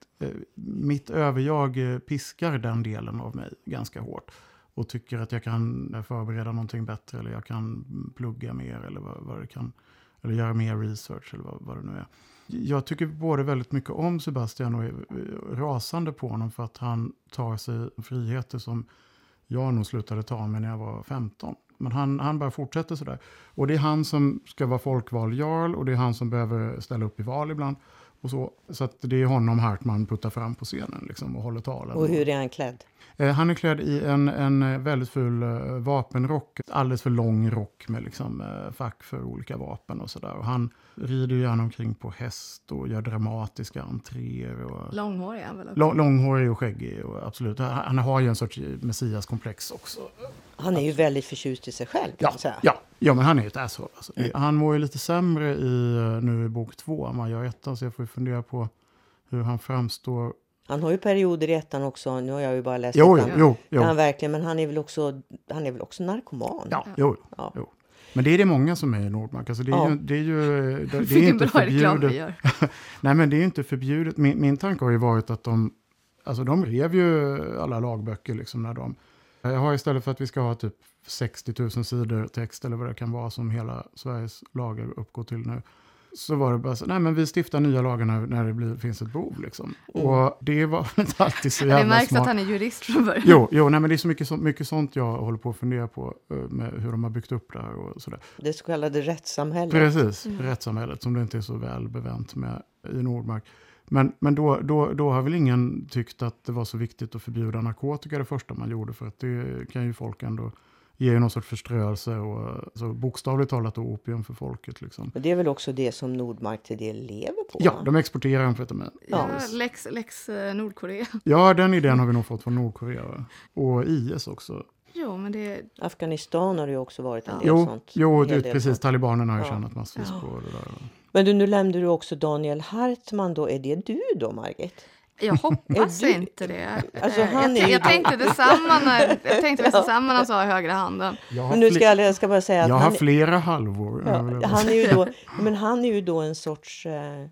mitt överjag piskar den delen av mig ganska hårt. Och tycker att jag kan förbereda någonting bättre, eller jag kan plugga mer, eller vad, vad det kan, eller göra mer research, eller vad, vad det nu är. Jag tycker både väldigt mycket om Sebastian och är rasande på honom för att han tar sig friheter som jag nog slutade ta mig när jag var femton. Men han, han bara fortsätter sådär. Och det är han som ska vara folkvald jarl, och det är han som behöver ställa upp i val ibland. Och så, så att det är honom Hartman puttar fram på scenen liksom, och håller talen. Och hur är han klädd? Eh, han är klädd i en, en väldigt ful eh, vapenrock. Alldeles för lång rock med liksom, eh, fack för olika vapen och sådär. Och han rider ju gärna omkring på häst och gör dramatiska entréer. Och, långhårig är han väl också? Lång, långhårig och skäggig. Och absolut. Han, han har ju en sorts messiaskomplex också. Han är ju väldigt förtjust i sig själv, kan ja, man säga. Ja, ja, men han är ju ett asshole. Alltså. Mm. Han mår ju lite sämre i, nu i bok två än man gör ettan, så jag får fundera på hur han framstår. Han har ju perioder i ettan också. Nu har jag ju bara läst jo, ettan. Jo, jo. Han verkligen, men han är väl också, han är väl också narkoman. Ja, jo, ja. jo. Men det är det många som är i Nordmark. Alltså det är ja. ju, det är ju det, det är inte förbjudet. Nej, men det är ju inte förbjudet. Min, min tanke har ju varit att de, alltså de rev ju alla lagböcker liksom när de, jag har istället för att vi ska ha typ sextio tusen sidor text eller vad det kan vara som hela Sveriges lagar uppgår till nu. Så var det bara så, nej men vi stiftar nya lagar när, när det blir, finns ett behov liksom. Mm. Och det var inte alltid så jävla smart. Det märks smart. Att han är jurist från början. Jo, jo nej men det är så mycket, så, mycket sånt jag håller på att fundera på med hur de har byggt upp det här och sådär. Det så kallade rättssamhället. Precis, mm. rättssamhället som det inte är så väl bevänt med i Nordmark. Men, men då, då, då har väl ingen tyckt att det var så viktigt att förbjuda narkotika det första man gjorde, för att det kan ju folk ändå ge ju någon sorts förströelse och så bokstavligt talat och opium för folket. Liksom. Och det är väl också det som Nordmark till det lever på? Ja, de exporterar amfetamin. Ja, Lex, Lex Nordkorea. Ja, den idén har vi nog fått från Nordkorea. Och I S också. Jo, men det... Afghanistan har det ju också varit en ja. del jo, sånt. Jo, det, precis. Sånt. Talibanerna har ju ja. tjänat massvis ja. på det där. Men du, nu nämnde du också Daniel Hartman då. Är det du då, Margit? Jag hoppas inte det. Alltså, han jag, är jag, tänkte detsamma när, jag tänkte nästan samma när han sa i högra handen. Men nu ska jag, jag ska bara säga att jag han, har flera halvor. Ja, han är ju då, men han är ju då en sorts eh,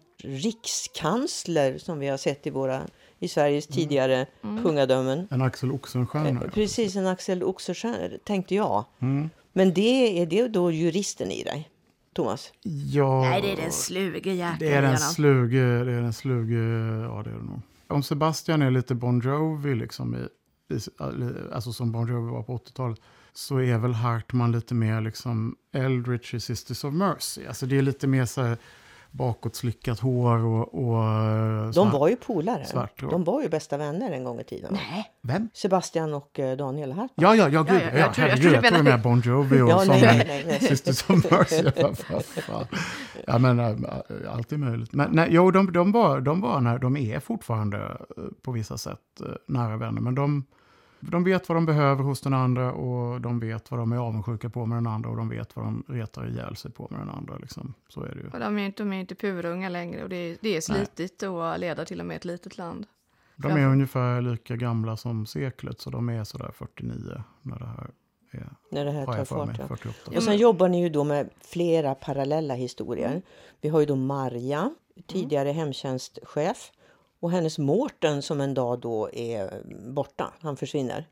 rikskansler som vi har sett i våra i Sveriges tidigare mm. kungadömen. En Axel Oxenstierna. Eh, precis, en Axel Oxenstierna tänkte jag. Mm. Men det är det då juristen i dig, Thomas? Ja. Nej, det är den sluge jäkeln. Det är den sluge, det är den sluge, ja det är det nog. Om Sebastian är lite Bon Jovi liksom i, i, alltså som Bon Jovi var på åttiotalet, så är väl Hartman lite mer liksom Eldritch i Sisters of Mercy. Alltså det är lite mer så här bakåtslickat hår och, och De svart, var ju polare. svart hår. De var ju bästa vänner en gång i tiden. Nej. Vem? Sebastian och eh, Daniel Hartman. Ja, ja, ja, gud. Ja, Ja, ja, jag tror- jag herregud, tror jag du tror menar- med Bon Jovi och Ja, nej, sången nej, nej, nej. Sisters of Mercy. Ja, fan, fan. Ja, men äh, allt är möjligt. Men nej, jo, de, de, var, de var när de är fortfarande äh, på vissa sätt äh, nära vänner. Men de, de vet vad de behöver hos den andra och de vet vad de är avundsjuka på med den andra och de vet vad de retar ihjäl sig på med den andra. Liksom. Så är det ju. Och de är ju inte, de är inte purunga längre och det är, det är slitigt att leda till och med ett litet land. De är ungefär lika gamla som seklet så de är sådär fyrtionio när det här är. När det här Har tar jag för fart. mig, Ja. fyrtioåtta. Och sen jobbar ni ju då med flera parallella historier. Vi har ju då Marja, tidigare hemtjänstchef. Och hennes Mårten som en dag då är borta. Han försvinner.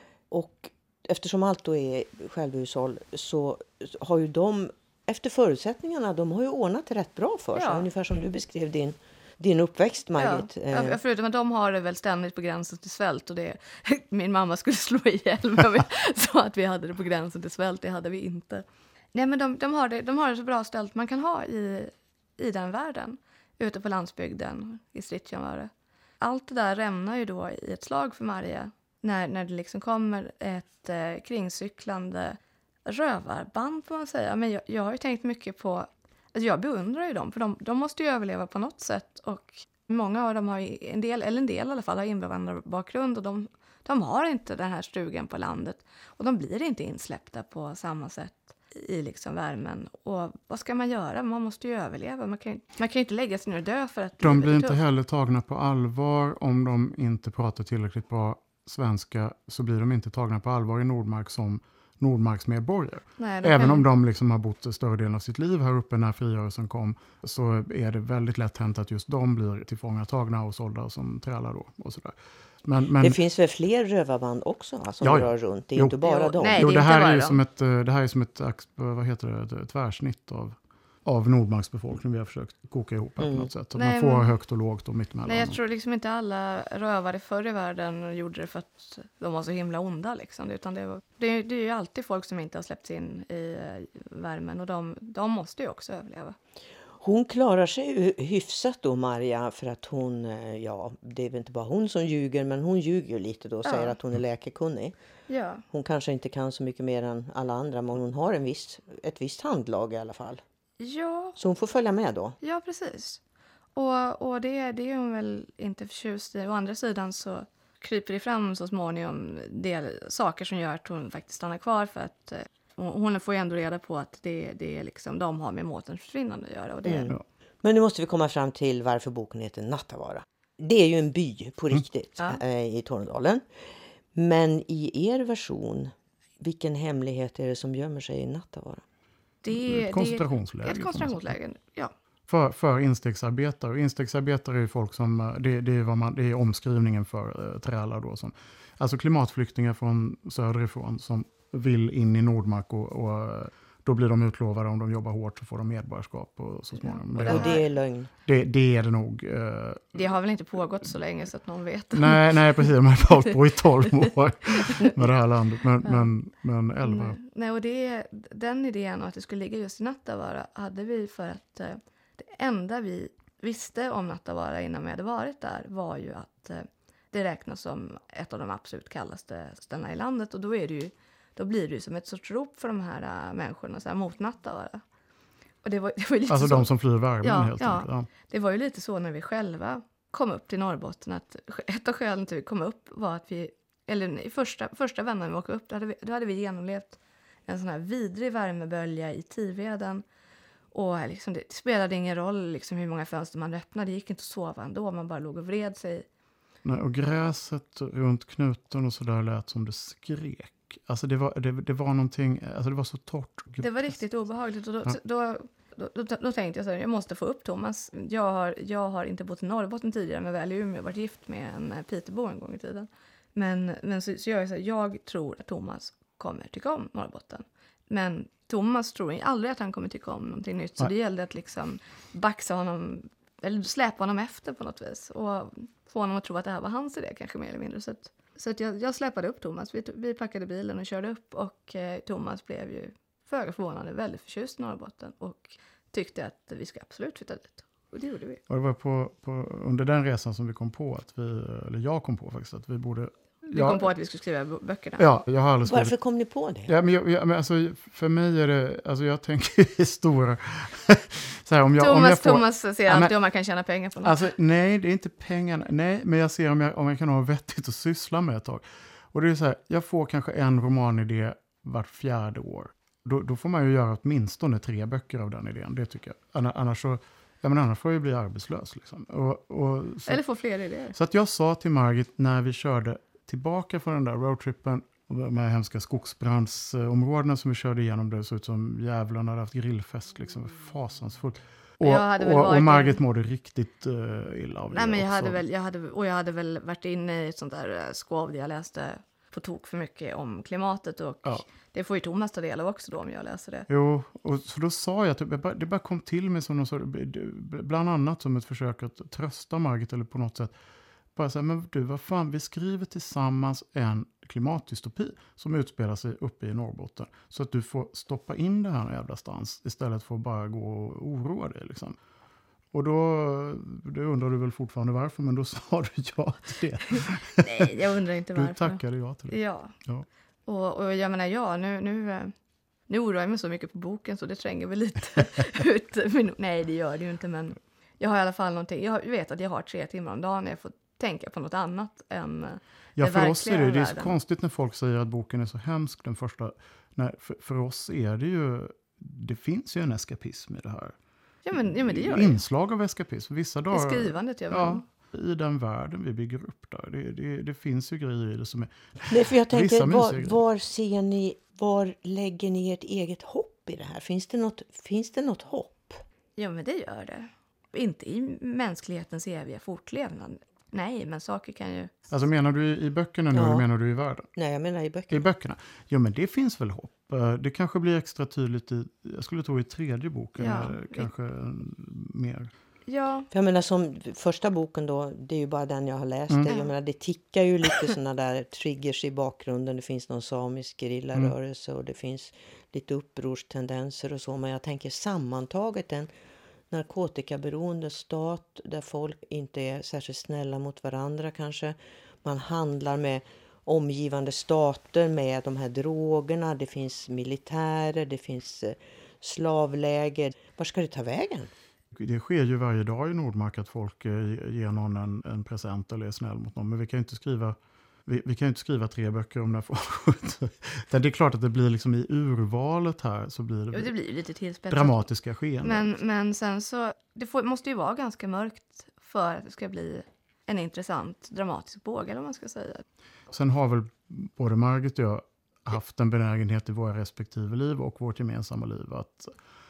Och eftersom allt då är självhushåll så har ju de, efter förutsättningarna, de har ju ordnat det rätt bra för sig. Ja. Ungefär som du beskrev din, din uppväxt, Margit. Ja. Eh, Ja, förutom att de har det väl ständigt på gränsen till svält och det min mamma skulle slå ihjäl mig så att vi hade det på gränsen till svält, det hade vi inte. Nej, men de, de, har, det, de har det så bra ställt man kan ha i, i den världen, ute på landsbygden i Stridsjamvare. Allt det där rämnar ju då i ett slag för Maria när, när det liksom kommer ett eh, kringcyklande rövarband får man säga. Men jag, jag har ju tänkt mycket på, alltså jag beundrar ju dem för de, de måste ju överleva på något sätt och många av dem har ju en del, eller en del i alla fall har invandrarbakgrund och de, de har inte den här stugan på landet och de blir inte insläppta på samma sätt i liksom värmen. Och vad ska man göra? Man måste ju överleva. Man kan, man kan ju inte lägga sig ner och dö för att De livet blir är inte tufft. heller tagna på allvar om de inte pratar tillräckligt bra svenska så blir de inte tagna på allvar i Nordmark som Nordmarksmedborgare. Nej, det Även kan- om de liksom har bott större delen av sitt liv här uppe när frigörelsen kom så är det väldigt lätt hänt att just de blir tillfångatagna och sålda som trälar då och sådär. Men, men, Det finns väl fler rövarband också va, som Ja, ja. rör runt. Det är Jo. inte bara Jo, dem. nej. jo, det är det, inte här bara är ju dem. som ett, eh, det här är som ett, ax- vad heter det, ett tvärsnitt av, av Nordmarks befolkning vi har försökt koka ihop här Mm. på något sätt. Att Nej, man får men- högt och lågt och mittemellan. Nej, jag tror liksom inte alla rövare förr i världen gjorde det för att de var så himla onda. Liksom. Utan det, var, det, det är ju alltid folk som inte har släppts in i eh, värmen och de, de måste ju också överleva. Hon klarar sig ju hyfsat då, Marja, för att hon, eh, ja, det är väl inte bara hon som ljuger, men hon ljuger lite då och Ja. säger att hon är läkekunnig. Ja, Hon kanske inte kan så mycket mer än alla andra, men hon har en viss, ett visst handlag i alla fall. ja, Så hon får följa med då. ja precis. Och, och det, det är hon väl inte förtjust i. Å andra sidan så kryper det fram så småningom del, saker som gör att hon faktiskt stannar kvar för att eh, hon hon får ju ändå reda på att det, det är liksom, de har med Mårtens försvinnande att göra. Och det, Mm. Men nu måste vi komma fram till varför boken heter Nattavara. Det är ju en by på riktigt Ja. eh, i Tornedalen. Men i er version, vilken hemlighet är det som gömmer sig i Nattavara? det, Ett det, koncentrationsläger. ett koncentrationsläge, ja. För, för instegsarbetare. Och instegsarbetare är ju folk som, eh, det, det, är vad man, det är omskrivningen för eh, trälar då. Som, alltså klimatflyktingar från söderifrån som vill in i Nordmark och, och eh, då blir de utlovade om de jobbar hårt så får de medborgarskap och så småningom. Ja, Det, Och här- det är lögn. det, det är det nog. Eh, Det har väl inte pågått så länge så att någon vet. nej, nej, precis. De har hållit på i tolv år med det här landet. Men, Ja. men, men elva. Nej, nej, och det, den idén och att det skulle ligga just i Nattavara hade vi för att eh, det enda vi visste om Nattavara innan vi hade varit där var ju att eh, det räknas som ett av de absolut kallaste ställena i landet och då, är det ju, då blir det ju som ett sorts rop för de här äh, människorna så här, mot Nattavara. Och det var, det var ju lite Alltså så. de som flyr värmen Ja, helt ja. enkelt. Ja. Det var ju lite så när vi själva kom upp till Norrbotten att ett av skälen till att vi kom upp var att vi, eller i första, första vändan vi åkte upp, då hade vi, då hade vi genomlevt en sån här vidrig värmebölja i Tiveden. Och liksom, det spelade ingen roll liksom, hur många fönster man öppnade, det gick inte att sova ändå, man bara låg och vred sig. Nej, och gräset runt knuten och sådär lät som det skrek. Alltså det var, det, det var någonting, alltså det var så torrt. Det var riktigt obehagligt och då, Ja. då, då, då, då tänkte jag så här, jag måste få upp Thomas. Jag har, jag har inte bott i Norrbotten tidigare men väl i Umeå, varit gift med en eh, Peterbo en gång i tiden. Men, men så, så jag är så här, jag tror att Thomas kommer tycka om Norrbotten. Men Thomas tror aldrig att han kommer tycka om någonting nytt. Så Nej. det gällde att liksom baxa honom, eller släpa honom efter på något vis. Och få honom att tro att det här var hans idé kanske mer eller mindre. Så att, så att jag, jag släpade upp Thomas. Vi, vi packade bilen och körde upp och eh, Thomas blev ju föga förvånande väldigt förtjust i Norrbotten och tyckte att vi ska absolut flytta dit. Och det gjorde vi. Och det var på, på, under den resan som vi kom på att vi, eller jag kom på faktiskt att vi borde... Du jag, kom på att vi skulle skriva böckerna. Ja, jag har aldrig skrivit... Varför kom ni på det? Ja, men, jag, jag, men alltså, för mig är det, alltså jag tänker i stora... så här, om jag, Thomas, om jag får, Thomas ser ja, alltid men, om man kan tjäna pengar på något. Alltså, nej, det är inte pengarna. Nej, men jag ser om jag, om jag kan ha vettigt att syssla med ett tag. Och det är så här, jag får kanske en romanidé vart fjärde år. Då, då får man ju göra åtminstone tre böcker av den idén, det tycker jag. Annars, så, ja, men annars får jag bli arbetslös. Liksom. Och, och, så, Eller få fler idéer. så att jag sa till Margit när vi körde tillbaka från den där roadtrippen, de här hemska skogsbrandsområdena som vi körde igenom, det såg ut som jävlarna hade haft grillfest, liksom, fasansfullt. Och, och, och Margit mådde riktigt uh, illa av det. Nej, men jag också. hade väl, jag hade, och jag hade väl varit inne i ett sånt där skov där jag läste på tok för mycket om klimatet, och ja. Det får ju Thomas ta del av också då om jag läser det. Jo, och så då sa jag att det bara, det bara kom till mig som någon sorts, bland annat som ett försök att trösta Margit eller på något sätt. Bara säga, men du, vad fan, vi skriver tillsammans en klimatdystopi som utspelar sig uppe i Norrbotten. Så att du får stoppa in det här jävla stans istället för att bara gå och oroa dig liksom. Och då, det undrar du väl fortfarande varför, men då sa du ja till det. Nej, jag undrar inte varför. Du tackade ja till det. Ja, ja. Och, och jag menar, ja, nu, nu, nu oroar jag mig så mycket på boken så det tränger väl lite ut. Men, nej, det gör det ju inte, men jag har i alla fall någonting. Jag vet att jag har tre timmar om dagen när jag får tänka på något annat än ja, det för oss är det, det är så världen. konstigt när folk säger att boken är så hemsk, den första. Nej, för, för oss är det ju, det finns ju en eskapism i det här. Ja, men, ja, men det gör det. Inslag av eskapism. Vissa dagar, I skrivandet, ja. Ja, i den världen vi bygger upp där. Det, det, det finns ju grejer i det som är... Nej, för jag tänker, var, var ser ni, var lägger ni ert eget hopp i det här? Finns det något, finns det något hopp? Ja, men det gör det. Inte i mänsklighetens eviga fortlevnad. Nej, men saker kan ju... Alltså menar du i, i böckerna nu, ja. Eller menar du i världen? Nej, jag menar i böckerna. I böckerna. Jo, men det finns väl hopp. Det kanske blir extra tydligt i, jag skulle tro i tredje boken, ja, eller kanske i... mer. Ja. För jag menar som första boken då, det är ju bara den jag har läst. Mm. Det. Jag menar det tickar ju lite såna där triggers i bakgrunden. Det finns någon samisk gerillarörelse mm. och det finns lite upprorstendenser och så. Men jag tänker sammantaget en narkotikaberoende stat där folk inte är särskilt snälla mot varandra kanske. Man handlar med omgivande stater med de här drogerna. Det finns militärer, det finns slavläger. Var ska det ta vägen? Det sker ju varje dag i Nordmark att folk ger någon en, en present eller är snäll mot någon. Men vi kan ju inte skriva, vi, vi kan inte skriva tre böcker om det. Det är klart att det blir liksom i urvalet här så blir det, jo, det blir lite tillspetsat. Dramatiska skeenden. Men, men sen så, det får, måste ju vara ganska mörkt för att det ska bli en intressant dramatisk båge eller vad man ska säga. Sen har väl både Margit och jag haft en benägenhet i våra respektive liv och vårt gemensamma liv att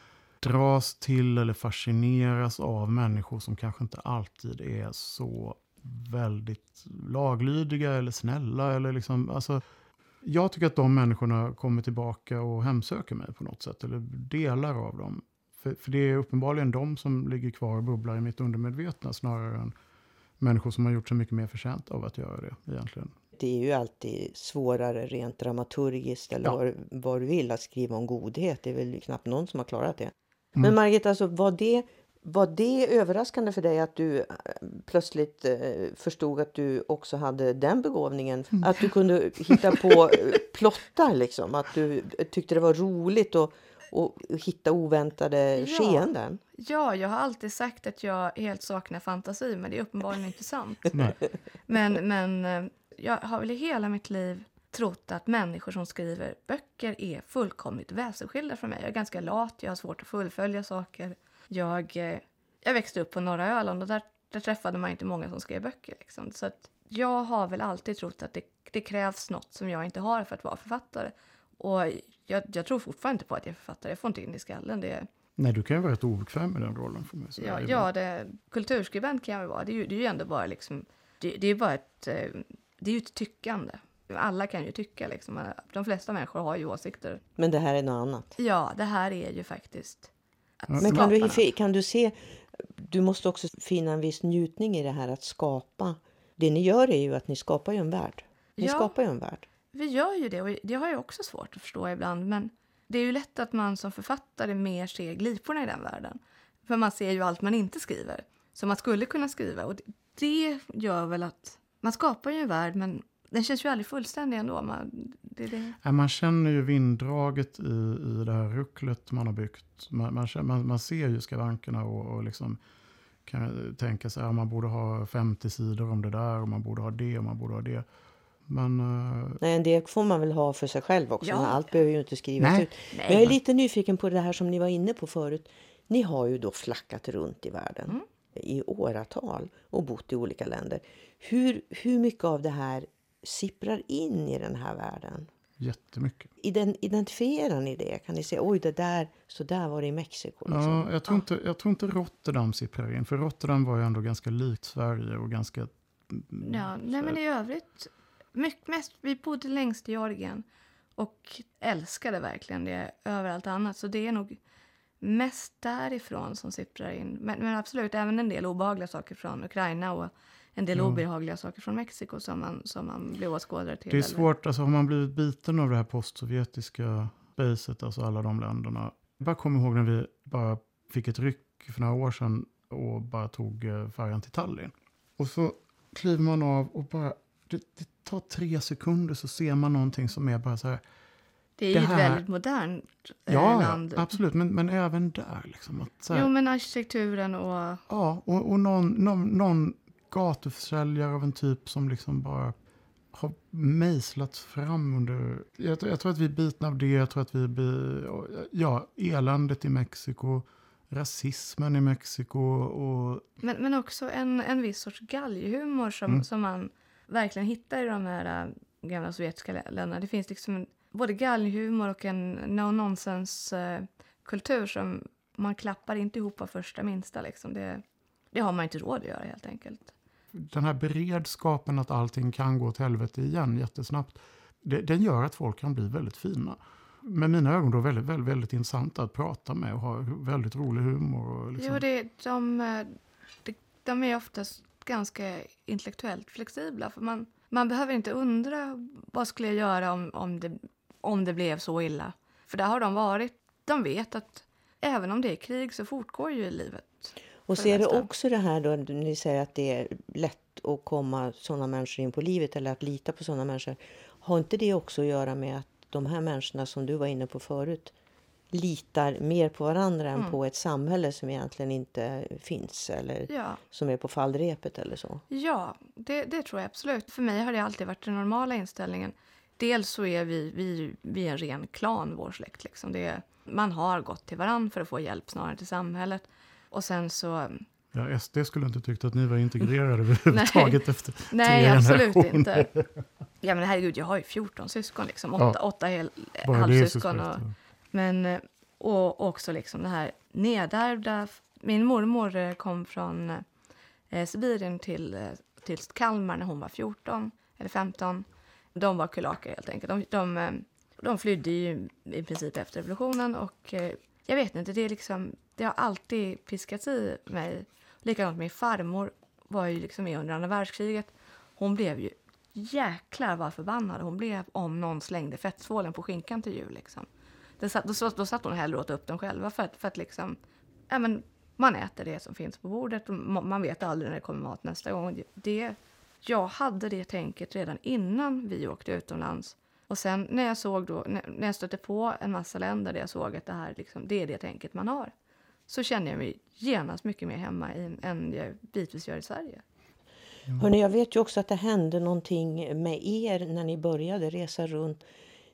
dras till eller fascineras av människor som kanske inte alltid är så väldigt laglydiga eller snälla. Eller liksom, alltså, jag tycker att de människorna kommer tillbaka och hemsöker mig på något sätt. Eller delar av dem. För, för det är uppenbarligen de som ligger kvar och bubblar i mitt undermedvetna snarare än människor som har gjort så mycket mer förtjänt av att göra det egentligen. Det är ju alltid svårare rent dramaturgiskt eller ja. vad, vad du vill att skriva om godhet. Det är väl knappt någon som har klarat det. Mm. Men Margit, alltså, var, det, var det överraskande för dig att du plötsligt eh, förstod att du också hade den begåvningen? Mm. Att du kunde hitta på plottar liksom? Att du tyckte det var roligt att och hitta oväntade ja. skeenden? Ja, jag har alltid sagt att jag helt saknar fantasi, men det är uppenbarligen inte sant. men, men jag har väl i hela mitt liv trott att människor som skriver böcker är fullkomligt väsensskilda från mig. Jag är ganska lat, jag har svårt att fullfölja saker. Jag, jag växte upp på norra Öland och där, där träffade man inte många som skrev böcker. Liksom. Så att jag har väl alltid trott att det, det krävs något som jag inte har för att vara författare. Och jag, jag tror fortfarande inte på att jag är författare. Jag får inte in det i skallen. Det... Nej, du kan ju vara rätt obekväm med den rollen för mig. Så ja, ja det, kulturskribent kan jag vara. Det är ju, det är ju ändå bara liksom... Det, det är bara ett... Det är ju ett tyckande. Alla kan ju tycka liksom. De flesta människor har ju åsikter. Men det här är något annat. Ja, det här är ju faktiskt... Men kan du, kan du se... Du måste också finna en viss njutning i det här att skapa. Det ni gör är ju att ni skapar ju en värld. Ni ja. skapar ju en värld. Vi gör ju det och det har jag också svårt att förstå ibland. Men det är ju lätt att man som författare mer ser gliporna i den världen. För man ser ju allt man inte skriver. Som man skulle kunna skriva. Och det, det gör väl att man skapar ju en värld, men den känns ju aldrig fullständig ändå. Man, det, det. Ja, man känner ju vinddraget i, i det här rucklet man har byggt. Man, man, man, man ser ju skavankerna och, och liksom kan tänka sig att man borde ha femtio sidor om det där och man borde ha det och man borde ha det. Men, uh... Nej, en del får man väl ha för sig själv också. Ja. Allt behöver ju inte skrivas Nej. ut. Nej. Men jag är lite nyfiken på det här som ni var inne på förut. Ni har ju då flackat runt i världen Mm. i åratal och bott i olika länder. Hur, hur mycket av det här sipprar in i den här världen? Jättemycket. Ident- identifierar ni det? Kan ni säga, oj det där, så där var det i Mexiko? Liksom. Ja, jag tror, inte, jag tror inte Rotterdam sipprar in. För Rotterdam var ju ändå ganska likt Sverige och ganska... Ja, nej men i övrigt, mycket mest, vi bodde längst i Georgien och älskade verkligen det över allt annat. Så det är nog mest därifrån som sipprar in. Men, men absolut, även en del obehagliga saker från Ukraina och en del Ja. obehagliga saker från Mexiko som man, som man blir åskådare till. Det är eller- svårt, alltså har man blivit biten av det här postsovjetiska spacet, alltså alla de länderna. Jag bara kommer ihåg när vi bara fick ett ryck för några år sedan och bara tog eh, färjan till Tallinn. Och så kliver man av och bara, det, det tar tre sekunder så ser man någonting som är bara så här. Det är ju det ett här- väldigt modernt eh, Ja, land. ja absolut, men, men även där liksom. Att, så här, Jo, men arkitekturen och... ja, och, och någon, någon, någon gatuförsäljare av en typ som liksom bara har mejslats fram under... Jag, jag tror att vi är bitna av det, jag tror att vi blir... Ja, eländet i Mexiko, rasismen i Mexiko och... Men, men också en, en viss sorts galghumor som, Mm. som man verkligen hittar i de här äh, gamla sovjetiska lä- länderna. Det finns liksom en, både galghumor och en no-nonsense-kultur som man klappar inte ihop av första minsta. Liksom. Det, det har man inte råd att göra helt enkelt. Den här beredskapen att allting kan gå åt helvete igen jättesnabbt, det, den gör att folk kan bli väldigt fina. Med mina ögon då väldigt, väldigt, väldigt intressanta att prata med och ha väldigt rolig humor. Och liksom. Jo, det, de, eh, de, de är oftast ganska intellektuellt flexibla. För man, man behöver inte undra vad skulle jag göra om, om, det, om det blev så illa. För där har de varit. De vet att även om det är krig så fortgår ju livet. Och för ser det det mesta. också det här då, ni säger att det är lätt att komma sådana människor in på livet eller att lita på sådana människor. Har inte det också att göra med att de här människorna som du var inne på förut litar mer på varandra än Mm. på ett samhälle som egentligen inte finns eller Ja, som är på fallrepet eller så? ja det, det tror jag absolut. För mig har det alltid varit den normala inställningen. Dels så är vi, vi, vi är en ren klan, vår släkt. Liksom. Det är, man har gått till varandra för att få hjälp snarare till samhället. Och sen så... Ja, S D skulle inte tyckt att ni var integrerade överhuvudtaget efter Nej, tre absolut generationer. inte. Ja, men herregud, jag har ju fjorton syskon. Liksom. Åtta, Ja. åtta hel, Bara det är halvsyskon. suspekt, Och, ja. men, eh, och också liksom det här nedärvda. Min mormor eh, kom från eh, Sibirien till, eh, till Kalmar när hon var fjorton eller femton. De var kulaker helt enkelt. De, de, eh, de flydde ju i princip efter revolutionen. Och eh, jag vet inte, det, är liksom, det har alltid piskats i mig. Likadant min farmor var ju liksom med under andra världskriget. Hon blev ju jäklar vad förbannad hon blev om någon slängde fettsvålen på skinkan till jul. Liksom. Det satt, då, då satt hon hellre åt upp dem själva för att, för att liksom, ja, men man äter det som finns på bordet och man vet aldrig när det kommer mat nästa gång. Det, jag hade det tänket redan innan vi åkte utomlands. Och sen när jag såg då, när jag stötte på en massa länder där jag såg att det här liksom, det är det tänket man har, så känner jag mig genast mycket mer hemma i, än jag bitvis gör i Sverige. Hörrni, jag vet ju också att det hände någonting med er när ni började resa runt.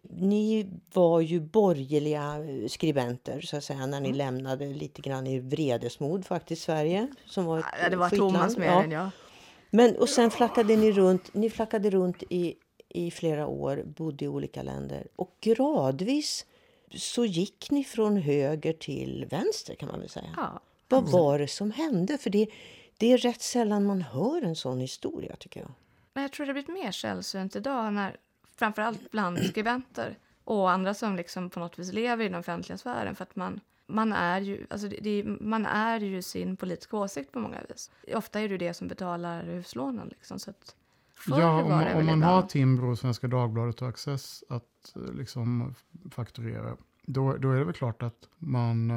Ni var ju borgerliga skribenter så att säga när ni Mm. lämnade lite grann i vredesmod faktiskt Sverige. Som var ett Ja, det var skitland. Thomas mer Ja. än jag. Men och sen flackade ni runt, ni flackade runt i, i flera år, bodde i olika länder. Och gradvis så gick ni från höger till vänster kan man väl säga. Ja. Vad var det som hände? För det, det är rätt sällan man hör en sån historia tycker jag. Men jag tror det har blivit mer sällsynt idag, när, framförallt bland skribenter och andra som liksom på något vis lever i den offentliga sfären. För att man, man, är ju, alltså det, det, man är ju sin politiska åsikt på många vis. Ofta är det ju det som betalar huslånen. Liksom, så att förr Ja, om, var det om väl man ibland. har Timbro och Svenska Dagbladet och Access att eh, liksom fakturera, då, då är det väl klart att man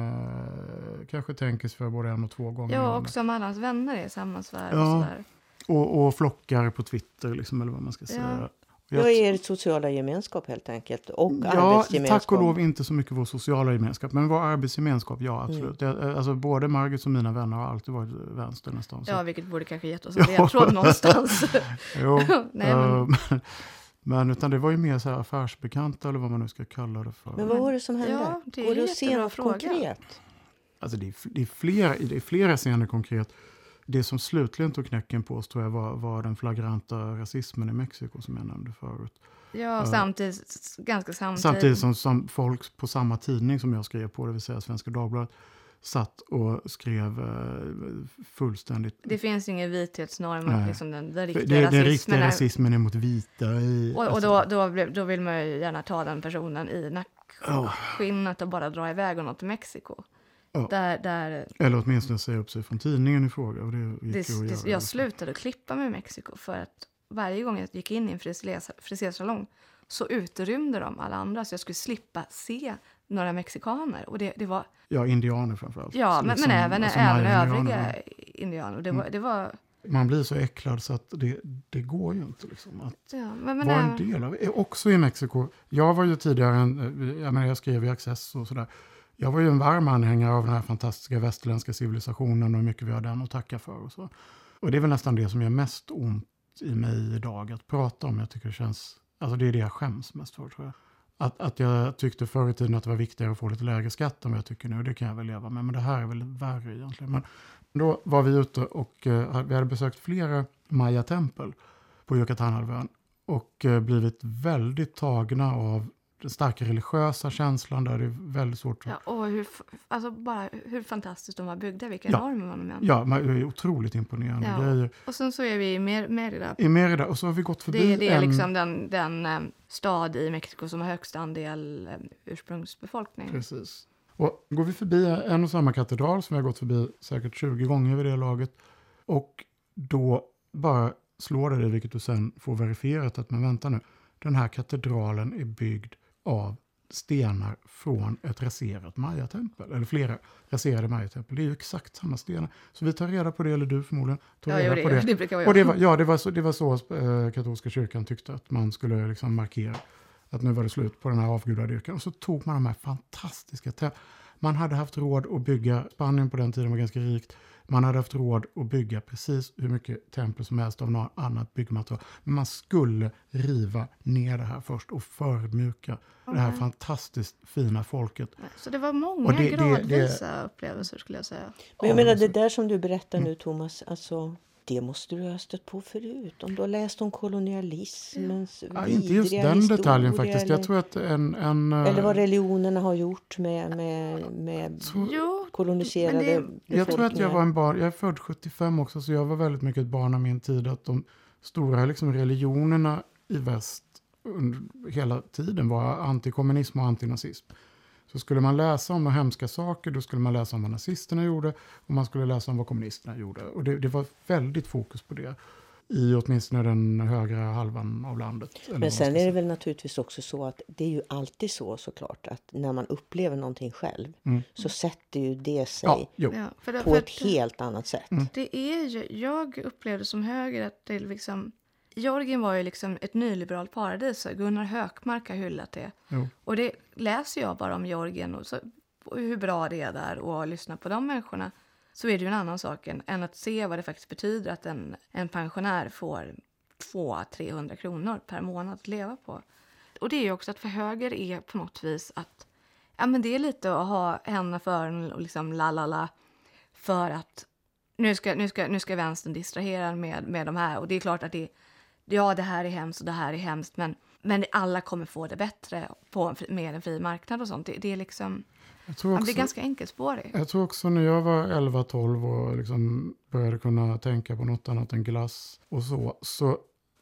eh, kanske tänker sig för både en och två gånger. Ja, och som alla hans vänner är i samma sfär. Ja. Och, sådär. Och, och flockar på Twitter, liksom, eller vad man ska säga. Ja. Jag är sociala gemenskap helt enkelt. Och ja, arbetsgemenskap. Tack och lov inte så mycket vår sociala gemenskap. Men vår arbetsgemenskap, ja absolut. Mm. Det, alltså, både Margit och mina vänner har alltid varit vänster nästan. Så. Ja, vilket borde kanske gett oss en ledtråd någonstans. Jo, Nej, men... Uh, men, men utan det var ju mer så här affärsbekanta eller vad man nu ska kalla det för. Men vad var det som hände? Ja, det är Går det att se något fråga. konkret? Alltså det är, det är flera, det är flera scener konkret. Det som slutligen tog knäcken på oss tror jag var, var den flagranta rasismen i Mexiko som jag nämnde förut. Ja, uh, samtidigt, ganska samtidigt. Samtidigt som, som folk på samma tidning som jag skrev på, det vill säga Svenska Dagbladet, satt och skrev uh, fullständigt... Det finns ingen vithetsnorm. Liksom den, den riktiga det, rasismen. Den riktiga är... rasismen är mot vita. I, och och alltså. då, då, blev, då vill man ju gärna ta den personen i nackskinnet och bara dra iväg och något till Mexiko. Ja. Där, där, Eller åtminstone säga upp sig från tidningen i fråga. Och det gick det, ju att det, göra, jag slutade klippa med Mexiko för att varje gång jag gick in i en frisersalong så utrymde de alla andra så jag skulle slippa se några mexikaner. Och det, det var... Ja, indianer framförallt. Ja, men, liksom, men även, alltså även övriga indianer. indianer. Det var, mm. det var... Man blir så äcklad så att det, det går ju inte liksom att ja, men, men vara en även... del av. Också i Mexiko. Jag var ju tidigare, en, jag, menar, jag skrev i Access och sådär. Jag var ju en varm anhängare av den här fantastiska västerländska civilisationen och hur mycket vi har den att tacka för och så. Och det är väl nästan det som gör mest ont i mig idag att prata om. Jag tycker det känns, alltså det är det jag skäms mest för tror jag. Att, att jag tyckte förr i tiden att det var viktigare att få lite lägre skatt än vad jag tycker nu. Det kan jag väl leva med. Men det här är väl värre egentligen. Men då var vi ute och uh, vi hade besökt flera Maya-tempel på Yucatanhalvön. Och uh, blivit väldigt tagna av den starka religiösa känslan där det är väldigt svårt. Ja, och hur, alltså bara hur fantastiskt de var byggda, vilka ja. enorma monument. Ja, men det är otroligt imponerande ja. grejer. Och sen så är vi i Mer- Merida. I Merida, och så har vi gått förbi det, det är en... liksom den, den um, stad i Mexiko som har högst andel um, ursprungsbefolkning. Precis. Och går vi förbi en och samma katedral som vi har gått förbi säkert tjugo gånger vid det laget. Och då bara slår det dig, vilket du sen får verifierat att men vänta nu. Den här katedralen är byggd av stenar från ett raserat Maya-tempel. Eller flera raserade Maya-tempel. Det är ju exakt samma stenar. Så vi tar reda på det, eller du förmodligen tar ja, reda det, på det. det brukar vara och det var, ja, det var så, det var så äh, katolska kyrkan tyckte att man skulle liksom markera att nu var det slut på den här avgudadyrkan. Och så tog man de här fantastiska templen. Man hade haft råd att bygga, Spanien på den tiden var ganska rikt, man hade haft råd att bygga precis hur mycket tempel som helst av något annat byggmaterial. Men man skulle riva ner det här först och förmjuka okay. det här fantastiskt fina folket. Så det var många det, gradvisa det, det, upplevelser skulle jag säga. Men jag menar det där som du berättar nu Thomas, alltså det måste du ha stött på förut. Om du har läst om kolonialismens ja, inte just den historia, detaljen faktiskt. Eller, jag tror att en, en... Eller vad religionerna har gjort med, med, med så, koloniserade det, jag tror att jag var en barn, jag är född sjuttiofem också, så jag var väldigt mycket ett barn av min tid. Att de stora liksom, religionerna i väst under hela tiden var antikommunism och antinazism. Så skulle man läsa om hemska saker, då skulle man läsa om vad nazisterna gjorde och man skulle läsa om vad kommunisterna gjorde. Och det, det var väldigt fokus på det i åtminstone den högra halvan av landet. Men sen är det väl naturligtvis också så att det är ju alltid så såklart att när man upplever någonting själv mm. så sätter ju det sig ja, ja, för det, på för ett det, helt annat sätt. Mm. Det är ju, jag upplevde som höger att det liksom... Georgien var ju liksom ett nyliberalt paradis. Gunnar Hökmark har hyllat det. Jo. Och det läser jag bara om Georgien och så, hur bra det är där och lyssna på de människorna. Så är det ju en annan sak än, än att se vad det faktiskt betyder att en, en pensionär får tvåhundra till trehundra kronor per månad att leva på. Och det är ju också att för höger är på något vis att ja, men det är lite att ha händerna för och liksom la la la för att nu ska, nu ska, nu ska vänstern distrahera med, med de här. Och det är klart att det ja, det här är hemskt och det här är hemskt. Men, men alla kommer få det bättre på, med en fri marknad och sånt. Det, det är liksom... Jag tror också, man blir ganska enkelspårig. Jag tror också när jag var elva tolv och liksom började kunna tänka på något annat än glass och så. Så,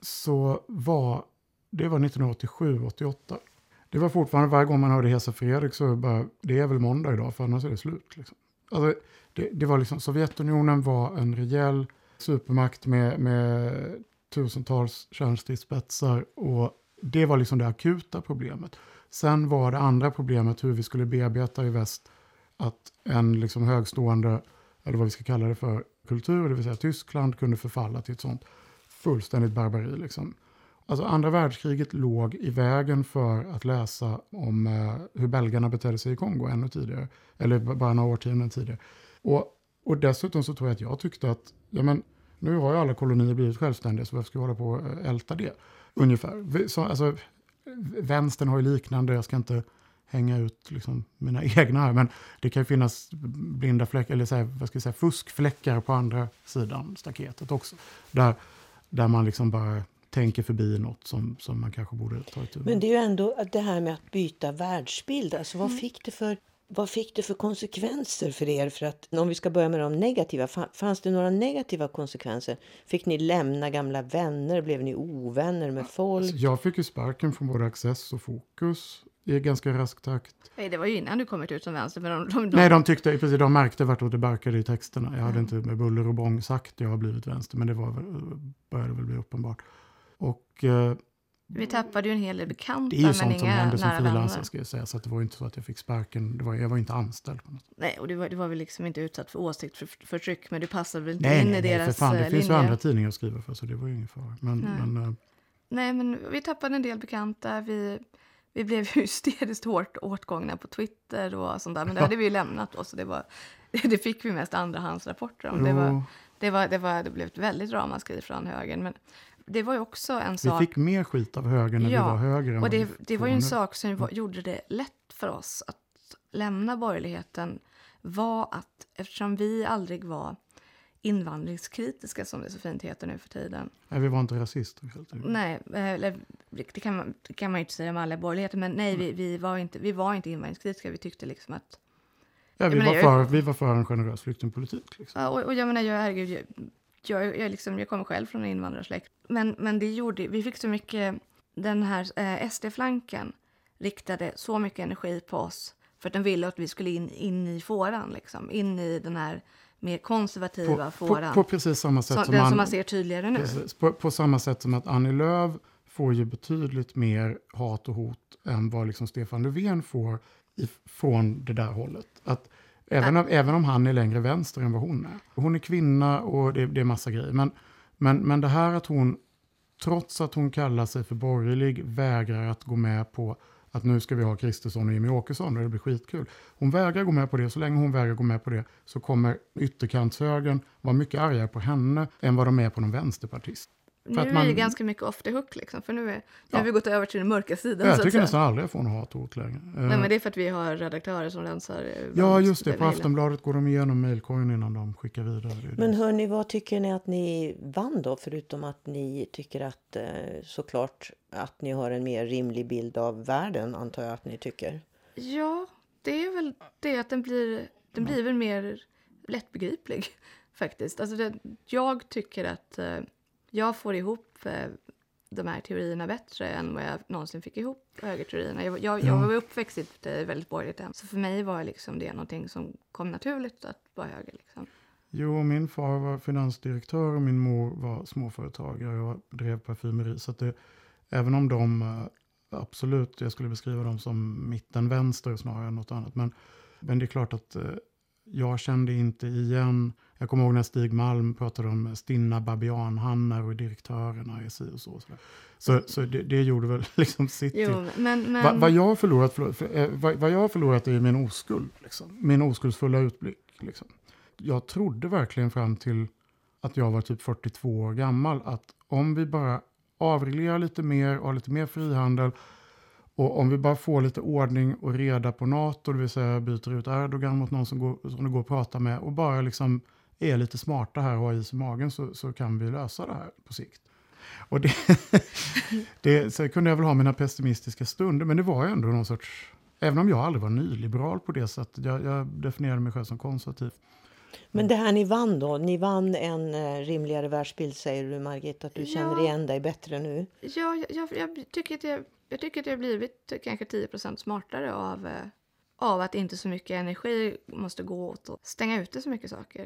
så var... Det var nittonhundraåttiosju åttioåtta. Det var fortfarande varje gång man hörde Hesa Fredrik så bara... Det är väl måndag idag för annars är det slut. Liksom. Alltså, det, det var liksom... Sovjetunionen var en rejäl supermakt med... med tusentals kärnstridsspetsar och det var liksom det akuta problemet. Sen var det andra problemet hur vi skulle bearbeta i väst att en liksom högstående, eller vad vi ska kalla det för, kultur, det vill säga Tyskland, kunde förfalla till ett sånt fullständigt barbari. Liksom. Alltså andra världskriget låg i vägen för att läsa om eh, hur belgarna betedde sig i Kongo ännu tidigare, eller bara några årtionden tidigare. Och, och dessutom så tror jag att jag tyckte att, ja men, nu har ju alla kolonier blivit självständiga, så varför ska vi hålla på och älta det? Ungefär. Så, alltså, vänstern har ju liknande, jag ska inte hänga ut liksom mina egna här, men det kan ju finnas blinda fläckar, eller så här, vad ska jag säga, fuskfläckar på andra sidan staketet också. Där, där man liksom bara tänker förbi något som, som man kanske borde ta itu med. Men det är ju ändå det här med att byta världsbild. Alltså vad fick det för, vad fick det för konsekvenser för er? För att, om vi ska börja med de negativa, fanns det några negativa konsekvenser? Fick ni lämna gamla vänner? Blev ni ovänner med folk? Alltså, jag fick ju sparken från både Access och Fokus i ganska rask takt. Nej, det var ju innan du kommit ut som vänster. Men de, de, de... Nej, de tyckte, precis, de märkte vart det barkade i texterna. Jag hade mm. inte med buller och bång sagt jag har blivit vänster, men det var, började väl bli uppenbart. Och, eh, vi tappade ju en hel del bekanta. Det är ju sånt som hände som frilansare, ska jag säga. Så att det var inte så att jag fick sparken. Det var, jag var inte anställd på något. Nej, och du var, du var väl liksom inte utsatt för åsiktsförtryck, men du passade väl inte nej, in nej, i nej, deras för fan, det linje. finns ju andra tidningar att skriva för, så det var ju ingen fara. Men, nej. Men, äh, nej, men vi tappade en del bekanta. Vi, vi blev ju hysteriskt hårt åtgångna på Twitter och sånt där. Men det hade vi ju lämnat då, så det, var, det fick vi mest andrahandsrapporter om. Det, var, det, var, det, var, det blev ett väldigt ramaskri från högern, men det var ju också en sak... Vi fick mer skit av högern när ja, vi var höger än och det, vi det var ju en nu. sak som var, gjorde det lätt för oss att lämna borgerligheten, var att eftersom vi aldrig var invandringskritiska, som det så fint heter nu för tiden. Nej, vi var inte rasister. Nej, eller, det, kan man, det kan man ju inte säga om alla borgerligheter, men nej, vi, vi, var inte, vi var inte invandringskritiska. Vi tyckte liksom att... Ja, vi, menar, var, för, jag, vi var för en generös flyktingpolitik. Liksom. Ja, och, och jag menar, jag, herregud, jag, jag, jag, liksom, jag kommer själv från en invandrarsläkt. Men, men det gjorde, vi fick så mycket, den här eh, S D-flanken riktade så mycket energi på oss för att den ville att vi skulle in, in i fåran, liksom, in i den här mer konservativa på, fåran. På, på precis samma sätt så, som den man, som man ser tydligare nu. Precis, på, på samma sätt som att Annie Lööf får ju betydligt mer hat och hot än vad liksom Stefan Löfven får i, från det där hållet. Att även, ja. om, även om han är längre vänster än vad hon är. Hon är kvinna och det, det är massa grejer. Men, men, men det här att hon, trots att hon kallar sig för borgerlig, vägrar att gå med på att nu ska vi ha Kristersson och Jimmy Åkesson och det blir skitkul. Hon vägrar gå med på det. Så länge hon vägrar gå med på det så kommer ytterkantshögern vara mycket argare på henne än vad de är på någon vänsterpartist. Nu för är att man, det ganska mycket off the hook, liksom, för nu, är, nu ja. har vi gått över till den mörka sidan. Jag så tycker att nästan aldrig jag får någon hat och hot längre. Nej, men det är för att vi har redaktörer som rensar. Ja, just det. På Aftonbladet går de igenom mejlkorgen innan de skickar vidare. Men hörni, vad tycker ni att ni vann då? Förutom att ni tycker att såklart att ni har en mer rimlig bild av världen, antar jag att ni tycker. Ja, det är väl det att den blir, den blir väl mer lättbegriplig faktiskt. Alltså det, jag tycker att eh, jag får ihop eh, de här teorierna bättre än vad jag någonsin fick ihop högerteorierna. Jag, jag, jag var uppväxt i ett väldigt borgerligt hem. Så för mig var liksom det någonting som kom naturligt att vara höger. Liksom. Jo, min far var finansdirektör och min mor var småföretagare. Jag drev parfymeri. Så att det, även om de absolut, jag skulle beskriva dem som mittenvänster snarare än något annat. Men, men det är klart att jag kände inte igen. Jag kommer ihåg när Stig Malm pratade om stinna babianhannar och direktörerna i S I och så. Så, så, så det, det gjorde väl liksom sitt. Jo, men, men... Va, vad, jag har förlorat, för, för, vad, vad jag har förlorat är min oskuld. Liksom. Min oskuldsfulla utblick. Liksom. Jag trodde verkligen fram till att jag var typ fyrtiotvå år gammal att om vi bara avreglerar lite mer och har lite mer frihandel och om vi bara får lite ordning och reda på NATO, det vill säga byter ut Erdogan mot någon som, går, som det går att prata med och bara liksom är lite smarta här och har is i magen så, så kan vi lösa det här på sikt. Och det, det, så kunde jag väl ha mina pessimistiska stunder, men det var ju ändå någon sorts, även om jag aldrig var nyliberal på det sättet, jag, jag definierade mig själv som konservativ. Men det här ni vann då, ni vann en eh, rimligare världsbild, säger du, Margit, att du ja. känner igen dig bättre nu. Ja, jag, jag, jag, tycker, att jag, jag tycker att jag har blivit kanske tio procent smartare av, eh, av att inte så mycket energi måste gå åt och stänga ute så mycket saker.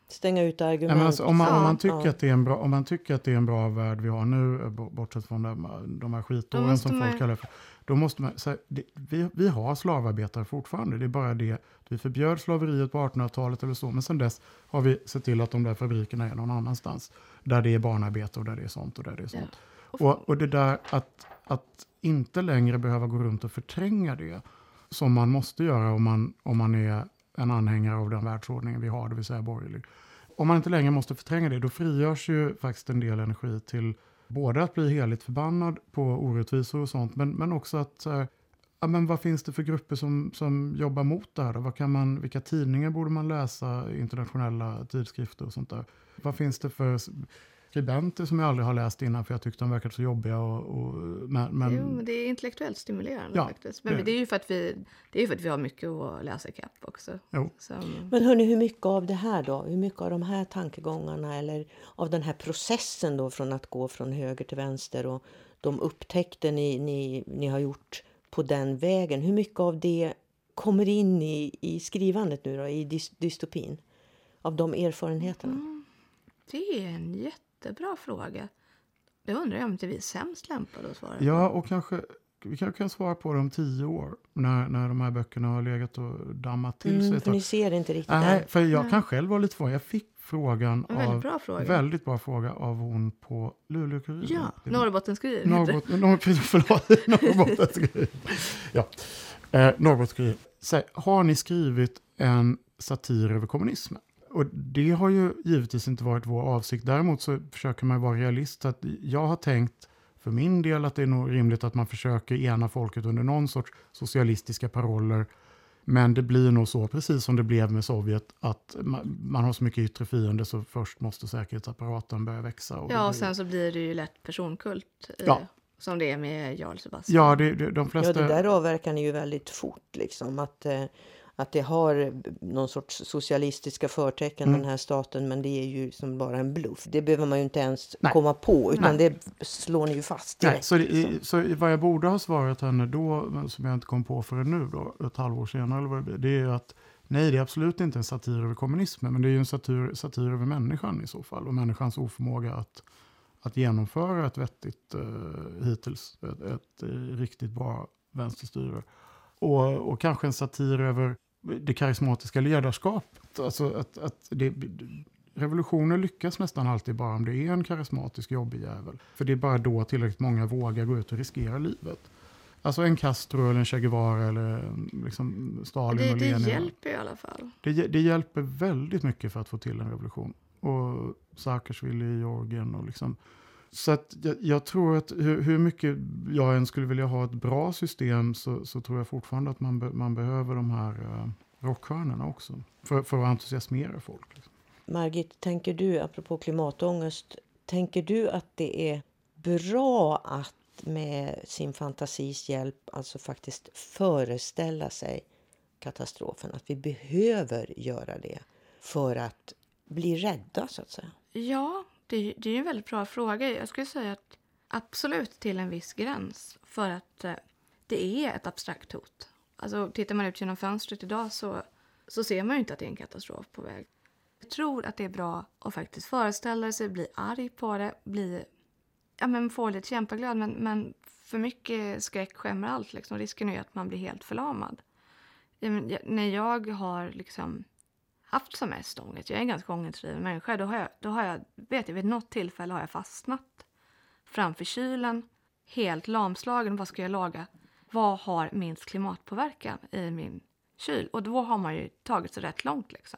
Stänga ut argument. Ja, men alltså, om, man, Ja. om, man tycker Ja. att det är en bra, om man tycker att det är en bra värld vi har nu, bortsett från de, de här Då skitåren måste som man- folk kallar för, då måste man säga, det, vi, vi har slavarbetare fortfarande. Det är bara det, vi förbjöd slaveriet på artonhundratalet eller så, men sen dess har vi sett till att de där fabrikerna är någon annanstans. Där det är barnarbete och där det är sånt och där det är sånt. Och, och det där att, att inte längre behöva gå runt och förtränga det, som man måste göra om man, om man är en anhängare av den världsordningen vi har, det vill säga borgerlig. Om man inte längre måste förtränga det, då frigörs ju faktiskt en del energi till både att bli heligt förbannad på orättvisor och sånt, men, men också att, äh, ja, men vad finns det för grupper som, som jobbar mot det här då? Vad kan man, vilka tidningar borde man läsa, internationella tidskrifter och sånt där? Vad finns det för skribenter som jag aldrig har läst innan för jag tyckte de verkade så jobbiga? Och, och, men, men, Jo, men det är intellektuellt stimulerande Ja, faktiskt. Men det- det är ju för att vi, det är ju för att vi har mycket att läsa i kapp också. Jo. Så, Men hörni, hur mycket av det här då? Hur mycket av de här tankegångarna eller av den här processen då från att gå från höger till vänster och de upptäckter ni, ni, ni har gjort på den vägen. Hur mycket av det kommer in i, i skrivandet nu då, i dys, dystopin? Av de erfarenheterna? mm, det är en jättebra fråga. Det undrar jag om inte vi är sämst lämpade att svara på. Ja, och kanske vi kanske kan svara på det om tio år när, när de här böckerna har legat och dammat till sig. Mm, ett för tag. ni ser inte riktigt Nej, än. för jag Nej. kan själv vara lite förvånad. Jag fick frågan En väldigt av, bra fråga. väldigt bra fråga av hon på Luleå-Kuriren. Ja, Det- Norrbottenskuriren heter det. Norrbot, Norr, förlåt, Norrbottenskuriren. Ja, eh, Norrbottenskuriren. Säg, har ni skrivit en satir över kommunismen? Och det har ju givetvis inte varit vår avsikt. Däremot så försöker man vara realist. Att jag har tänkt för min del att det är nog rimligt att man försöker ena folket under någon sorts socialistiska paroller. Men det blir nog så, precis som det blev med Sovjet, att man, man har så mycket yttre fiender så först måste säkerhetsapparaten börja växa. Och Ja, det och blir- sen så blir det ju lätt personkult. I, Ja. Som det är med Jarl Sebastian. Ja, det, det, de Ja, flesta... det där avverkar ni ju väldigt fort liksom. Att, eh, att det har någon sorts socialistiska förtecken Mm. den här staten, men det är ju som bara en bluff. Det behöver man ju inte ens Nej. komma på, utan det slår ni ju fast Nej, direkt. så, det, liksom. så vad jag borde ha svarat henne då, men som jag inte kom på förrän nu då, ett halvår senare, eller vad det blir, det är att nej, det är absolut inte en satir över kommunismen, men det är ju en satir, satir över människan i så fall, och människans oförmåga att, att genomföra ett vettigt, eh, hittills, ett, ett eh, riktigt bra vänsterstyre. Och, och kanske en satir över det karismatiska ledarskapet. Alltså att, att det, revolutioner lyckas nästan alltid bara om det är en karismatisk jobbig jävel. För det är bara då tillräckligt många vågar gå ut och riskera livet. Alltså en Castro eller en Che Guevara eller liksom Stalin det, och det Lenin. hjälper i alla fall. Det, det hjälper väldigt mycket för att få till en revolution. Och Saakashvili i Georgien och liksom. Så att jag, jag tror att hur, hur mycket jag än skulle vilja ha ett bra system så, så tror jag fortfarande att man, be, man behöver de här uh, rockstjärnorna också. För, för att entusiasmera folk. Liksom. Margit, tänker du, apropå klimatångest, tänker du att det är bra att med sin fantasis hjälp alltså faktiskt föreställa sig katastrofen? Att vi behöver göra det för att bli rädda, så att säga? Ja, det, det är ju en väldigt bra fråga. Jag skulle säga att absolut till en viss gräns. För att eh, det är ett abstrakt hot. Alltså tittar man ut genom fönstret idag så, så ser man ju inte att det är en katastrof på väg. Jag tror att det är bra att faktiskt föreställa sig, bli arg på det, bli, ja men få lite kämpaglöd. Men, men för mycket skräck skämmer allt liksom. Risken är ju att man blir helt förlamad. Ja, men, jag, när jag har liksom haft som mest ångest, jag är en ganska ångestdriven människa, då har jag, då har jag, vet jag, vid något tillfälle har jag fastnat framför kylen, helt lamslagen, vad ska jag laga? Vad har minst klimatpåverkan i min kyl? Och då har man ju tagit sig rätt långt liksom.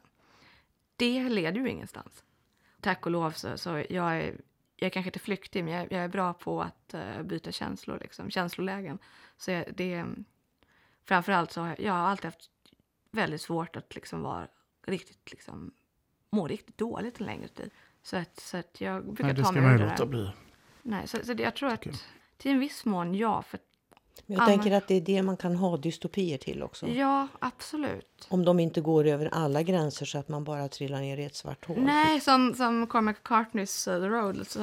Det leder ju ingenstans. Tack och lov så, så jag är, jag är kanske inte flyktig, men jag, jag är bra på att uh, byta känslor liksom, känslolägen. Så jag, det, framförallt så har jag, jag har alltid haft väldigt svårt att liksom vara riktigt liksom, må riktigt dåligt en längre tid. Så att, så att jag brukar Nej, det ta ska mig man ur ju det låta där. bli. Nej, så, så det, jag tror att Tycker till en viss mån ja. För, Men jag Annars- tänker att det är det man kan ha dystopier till också. ja, absolut. Om de inte går över alla gränser så att man bara trillar ner i ett svart hål. Nej, som, som Cormac McCartneys uh, The Road. Som,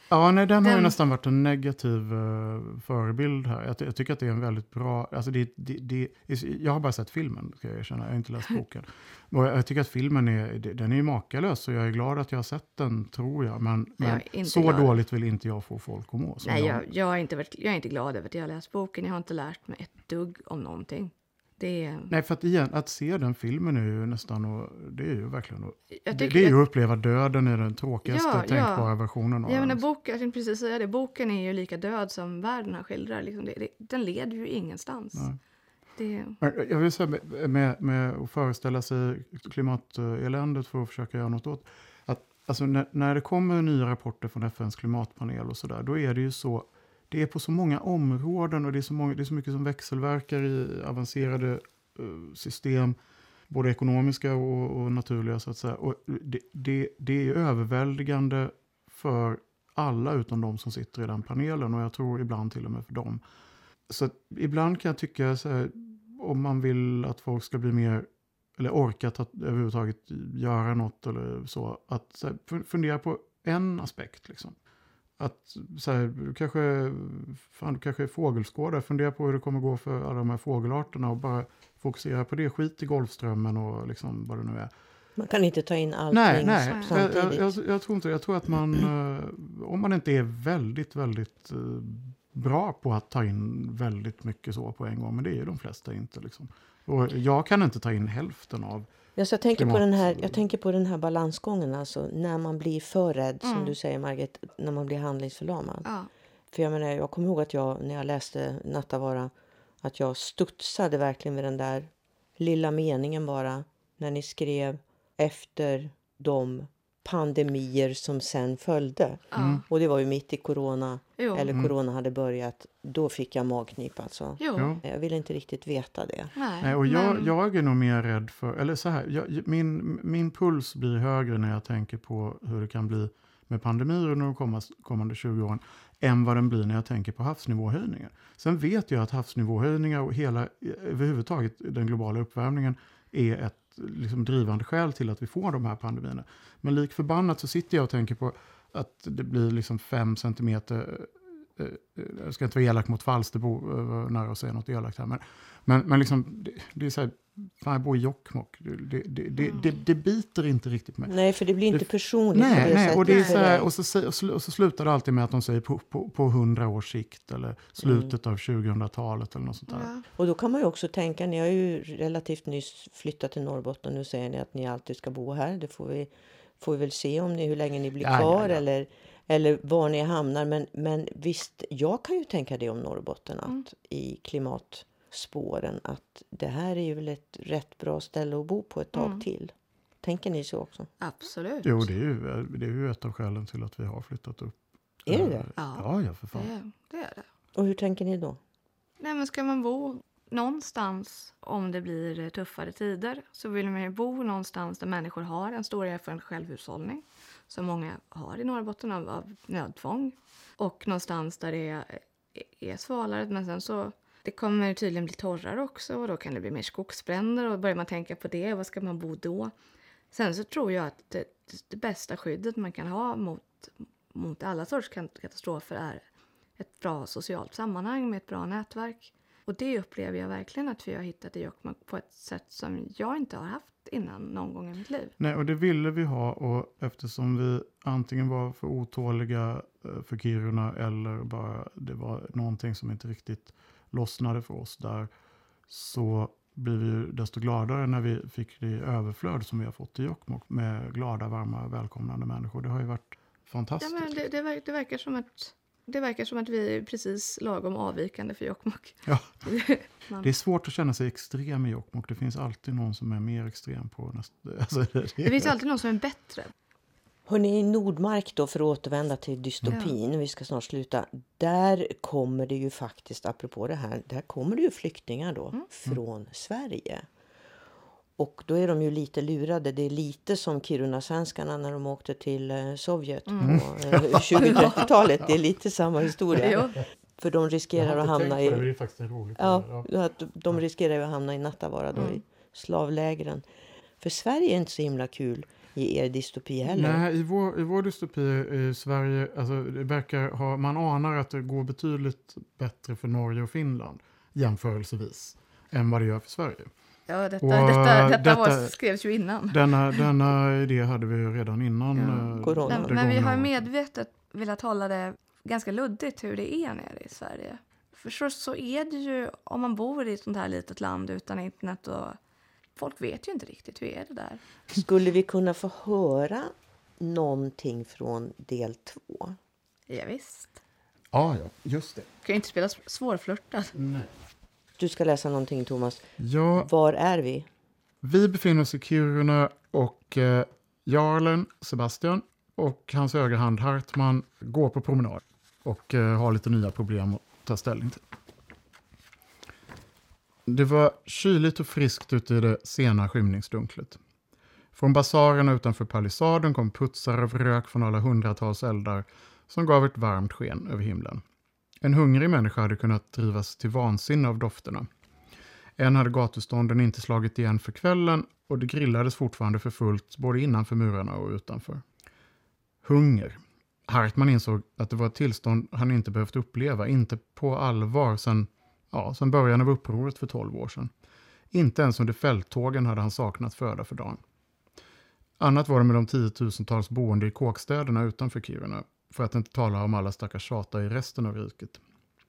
Ja, nej, den, den har ju Den- nästan varit en negativ uh, förebild här. Jag, jag tycker att det är en väldigt bra... Alltså det, det, det, jag har bara sett filmen, ska jag erkänna. Jag har inte läst boken. Och jag, jag tycker att filmen är, den är ju makalös och jag är glad att jag har sett den, tror jag. Men, Jag är men inte så glad. dåligt vill inte jag få folk att må. som Nej, jag, jag, är inte, varit- jag är inte glad över att jag har läst boken. Jag har inte lärt mig ett dugg om någonting. Det är... Nej, för att igen, att se den filmen är ju nästan... Och, det är ju verkligen... Och, Jag det, tycker det är ju att- att uppleva döden i den tråkigaste Ja, ja. tänkbara versionen av Jag den. menar, bok, jag tänkte precis säga det. Boken är ju lika död som världen har skildrar. Liksom det, det, den leder ju ingenstans. Nej. Det, Men jag vill säga med, med, med att föreställa sig klimateländet för att försöka göra något åt. Att, alltså när, när det kommer nya rapporter från F N:s klimatpanel och sådär, då är det ju så, det är på så många områden och det är så, många, det är så mycket som växelverkar i avancerade uh, system, både ekonomiska och, och naturliga så att säga. Och det, det, det är överväldigande för alla utom de som sitter i den panelen och jag tror ibland till och med för dem. Så att ibland kan jag tycka så här, om man vill att folk ska bli mer eller orka att överhuvudtaget göra något eller så, att så här, fundera på en aspekt liksom. Att så här, du kanske fan, du kanske är fågelskådare, fundera på hur det kommer gå för alla de här fågelarterna och bara fokusera på det, skit i Golfströmmen och liksom vad det nu är. Man kan inte ta in allting Nej, nej. Jag, samtidigt. jag, jag, jag tror inte jag tror att man eh, om man inte är väldigt, väldigt eh, bra på att ta in väldigt mycket så på en gång, men det är ju de flesta inte liksom. Och jag kan inte ta in hälften av Ja, så jag, tänker på klimat- den här, jag tänker på den här balansgången, alltså när man blir för rädd, som Mm. du säger Margit, när man blir handlingsförlamad. ja. För jag menar, jag kommer ihåg att jag, när jag läste Nattavara, att jag studsade verkligen med den där lilla meningen bara, när ni skrev efter de pandemier som sen följde. Ja. Och det var ju mitt i corona, Jo. eller corona hade börjat, då fick jag magknip alltså. Jo. Ja. Jag ville inte riktigt veta det. Nej. Nej, och jag, men- jag är nog mer rädd för, eller så här, jag, min, min puls blir högre när jag tänker på hur det kan bli med pandemier under de kommande, kommande tjugo åren än vad den blir när jag tänker på havsnivåhöjningar. Sen vet jag att havsnivåhöjningar och hela, överhuvudtaget den globala uppvärmningen är ett liksom, drivande skäl till att vi får de här pandemierna. Men lik förbannat så sitter jag och tänker på att det blir liksom fem centimeter. Jag ska inte vara elak mot Falsterbo när jag säger något elakt här. Men, men, men liksom, det, det är så här, fan jag bor i Jokkmokk. Det, det, det, det, det biter inte riktigt med. Nej, för det blir inte Det- personligt på Nej, det nej sättet och, det är för så här, dig. och, så, sä- och, sl, och så slutar det alltid med att de säger på, på, på hundra års sikt eller slutet av tjugohundratalet eller något sånt där. Ja. Och då kan man ju också tänka, ni har ju relativt nyss flyttat till Norrbotten. Nu säger ni att ni alltid ska bo här. Det får vi, får vi väl se om ni, hur länge ni blir Ja, ja, kvar ja. Eller, eller var ni hamnar. Men, men visst, jag kan ju tänka det om Norrbotten att Mm. i klimatspåren att det här är ju väl ett rätt bra ställe att bo på ett tag Mm. till. Tänker ni så också? Absolut. Jo, det är, ju, det är ju ett av skälen till att vi har flyttat upp. Är det Eh, det? Ja. Ja, ja, för fan. Det, det är det. Och hur tänker ni då? Nej, men ska man bo någonstans om det blir tuffare tider så vill man ju bo någonstans där människor har en stor erfarenhet självhushållning som många har i Norrbotten av, av nödtvång och någonstans där det är, är svalare men sen så det kommer tydligen bli torrare också och då kan det bli mer skogsbränder och börjar man tänka på det, vad ska man bo då? Sen så tror jag att det, det bästa skyddet man kan ha mot, mot alla sorts katastrofer är ett bra socialt sammanhang med ett bra nätverk. Och det upplever jag verkligen att vi har hittat i Jokkmokk på ett sätt som jag inte har haft innan någon gång i mitt liv. Nej, och det ville vi ha och eftersom vi antingen var för otåliga eh, för Kiruna eller bara det var någonting som inte riktigt lossnade för oss där så blir vi ju desto gladare när vi fick det överflöd som vi har fått i Jokkmokk med glada, varma, välkomnande människor. Det har ju varit Ja, fantastiskt. men det, det, verkar, det, verkar som att, det verkar som att vi är precis lagom avvikande för Jokkmokk. Ja. Man, Det är svårt att känna sig extrem i Jokkmokk. Det finns alltid någon som är mer extrem på nästa... Alltså, det, det finns alltid någon som är bättre. Hörrni, i Nordmark då, för att återvända till dystopin, vi ska snart sluta. Där kommer det ju faktiskt, apropå det här, där kommer det ju flyktingar då Mm. från Sverige. Och då är de ju lite lurade. Det är lite som Kiruna-svenskarna när de åkte till eh, Sovjet Mm. på eh, tjugo-trettiotalet. Det är lite samma historia. Jo. För de riskerar att hamna i... Det är faktiskt en rolig Ja, att de riskerar ju att hamna i Nattavara då, Mm. i slavlägren. För Sverige är inte så himla kul. i er dystopi heller. Nej, i vår, i vår dystopi i Sverige, alltså det verkar ha, man anar att det går betydligt bättre för Norge och Finland jämförelsevis än vad det gör för Sverige. Ja, detta, Och, detta, detta, detta var, skrevs ju innan. Denna, denna idé hade vi ju redan innan. Ja. eh, Corona. Men, det men vi gångna har året. medvetet velat hålla det ganska luddigt hur det är nere i Sverige. För så, så är det ju om man bor i ett sånt här litet land utan internet och folk vet ju inte riktigt hur är det där. Skulle vi kunna få höra någonting från del två? Ja, visst. Ja, ja, just det. Kan ju inte spela svårflörtad. Nej. Du ska läsa någonting, Thomas. Ja, Var är vi? vi befinner oss i Kiruna och eh, jarlen Sebastian och hans högerhand Hartman går på promenad och eh, har lite nya problem att ta ställning till. Det var kyligt och friskt ute i det sena skymningsdunklet. Från basarerna utanför palissaden kom putsar av rök från alla hundratals eldar som gav ett varmt sken över himlen. En hungrig människa hade kunnat drivas till vansinne av dofterna. Än hade gatustånden inte slagit igen för kvällen och det grillades fortfarande för fullt både innanför murarna och utanför. Hunger. Hartman insåg att det var ett tillstånd han inte behövt uppleva, inte på allvar sedan, ja, sedan början av upproret för tolv år sedan. Inte ens under fälttågen hade han saknat föda för dagen. Annat var det med de tiotusentals boende i kåkstäderna utanför Kiruna, för att inte tala om alla stackars tjata i resten av riket.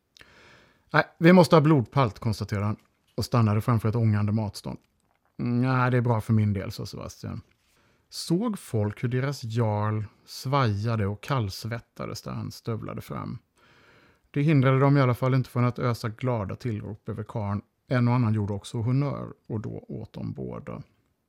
Nej, vi måste ha blodpalt, konstaterade han och stannade framför ett ångande matstånd. Nej, det är bra för min del, sa Sebastian. Såg folk hur deras jarl svajade och kallsvettades där han stövlade fram. Det hindrade dem i alla fall inte från att ösa glada tillrop över karn. En och annan gjorde också honör och då åt de båda.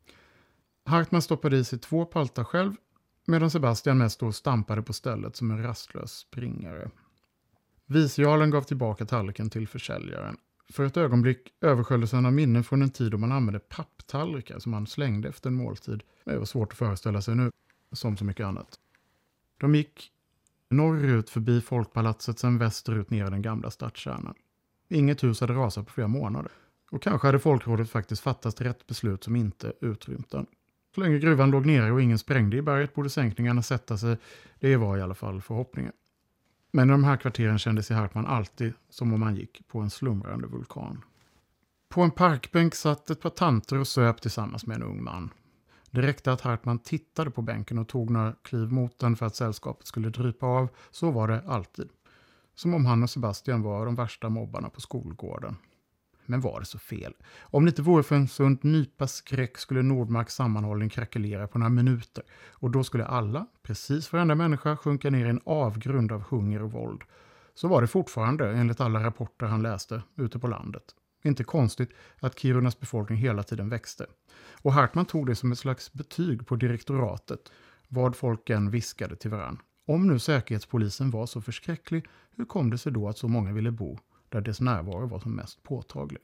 Hartman stoppade i sig två paltar själv medan Sebastian mest då stampade på stället som en rastlös springare. Visjarlen gav tillbaka tallriken till försäljaren. För ett ögonblick översköljdes han av minnen från en tid då man använde papptallrikar som man slängde efter en måltid. Det var svårt att föreställa sig nu, som så mycket annat. De gick norrut förbi folkpalatset, sen västerut ner i den gamla stadskärnan. Inget hus hade rasat på flera månader. Och kanske hade folkrådet faktiskt fattat rätt beslut som inte utrymt den. Så länge gruvan låg nere och ingen sprängde i berget borde sänkningarna sätta sig. Det var i alla fall förhoppningen. Men i de här kvarteren kände sig Hartman alltid som om man gick på en slumrande vulkan. På en parkbänk satt ett par tanter och söp tillsammans med en ung man. Det räckte att Hartman tittade på bänken och tog några kliv mot den för att sällskapet skulle drypa av. Så var det alltid. Som om han och Sebastian var de värsta mobbarna på skolgården. Men var det så fel? Om det inte vore för en sund nypa skräck skulle Nordmarks sammanhållning krackelera på några minuter. Och då skulle alla, precis varenda människa, sjunka ner i en avgrund av hunger och våld. Så var det fortfarande, enligt alla rapporter han läste, ute på landet. Inte konstigt att Kirunas befolkning hela tiden växte. Och Hartman tog det som ett slags betyg på direktoratet, vad folk än viskade till varann. Om nu säkerhetspolisen var så förskräcklig, hur kom det sig då att så många ville bo där dess närvaro var som mest påtaglig?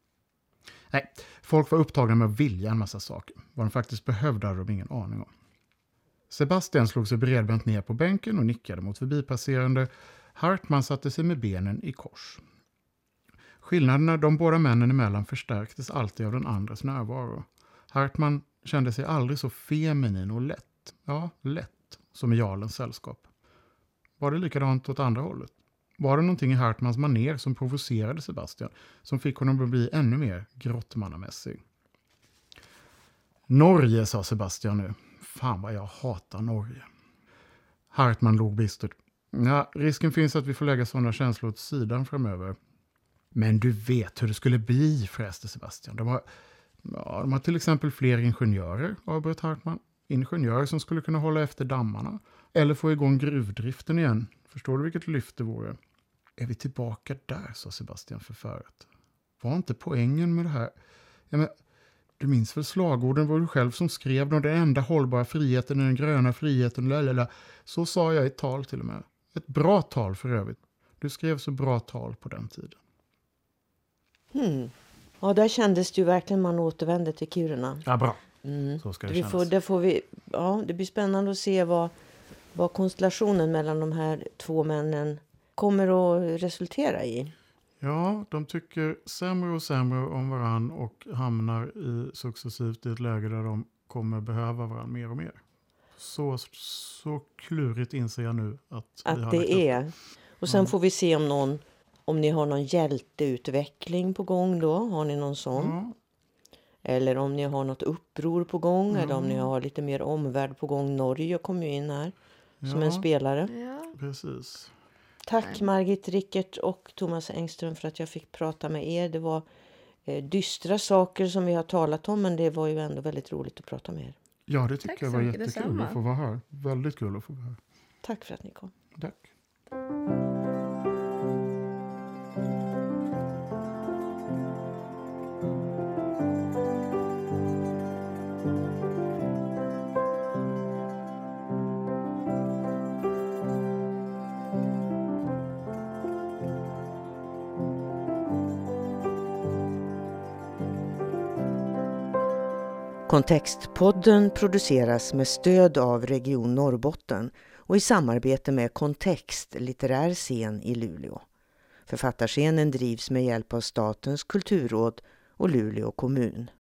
Nej, folk var upptagna med att vilja en massa saker. Vad de faktiskt behövde hade de ingen aning om. Sebastian slog sig bredbent ner på bänken och nickade mot förbipasserande. Hartman satte sig med benen i kors. Skillnaderna de båda männen emellan förstärktes alltid av den andres närvaro. Hartman kände sig aldrig så feminin och lätt. Ja, lätt som i jarlens sällskap. Var det likadant åt andra hållet? Var det någonting i Hartmans maner som provocerade Sebastian, som fick honom att bli ännu mer grottmannamässig? Norge, sa Sebastian nu. Fan vad jag hatar Norge. Hartman log bistert. Ja, risken finns att vi får lägga sådana känslor åt sidan framöver. Men du vet hur det skulle bli, fräste Sebastian. De har, ja, de har till exempel fler ingenjörer, avbröt Hartman. Ingenjörer som skulle kunna hålla efter dammarna. Eller få igång gruvdriften igen. Förstår du vilket lyft det vore? Är vi tillbaka där, sa Sebastian förfärat. Var inte poängen med det här? Ja, men, du minns väl slagorden, var du själv som skrev dem, den enda hållbara friheten är den gröna friheten. Lalala. Så sa jag i ett tal till och med. Ett bra tal för övrigt. Du skrev så bra tal på den tiden. Hmm. Ja, där kändes det ju verkligen man återvände till Kiruna. Ja, bra. Mm. Så ska det vi kännas. får, det, får vi, ja, det blir spännande att se vad, vad konstellationen mellan de här två männen kommer att resultera i. Ja, de tycker sämre och sämre om varann och hamnar i successivt i ett läge där de kommer behöva varandra mer och mer. Så, så klurigt inser jag nu att, Att vi har det lagt upp är. Och sen Mm. får vi se om någon, om ni har någon hjälteutveckling på gång då. Har ni någon sån? Ja, Eller om ni har något uppror på gång. Ja. Eller om ni har lite mer omvärld på gång. Norge kom ju in här som ja, en spelare. Ja. precis. Tack Margit Rickert och Thomas Engström för att jag fick prata med er. Det var eh, dystra saker som vi har talat om, men det var ju ändå väldigt roligt att prata med er. Ja, det tycker Tack jag så var mycket, jättekul detsamma. att få vara här. Väldigt kul att få vara här. Tack för att ni kom. Tack. Kontextpodden produceras med stöd av Region Norrbotten och i samarbete med Kontext litterär scen i Luleå. Författarscenen drivs med hjälp av Statens kulturråd och Luleå kommun.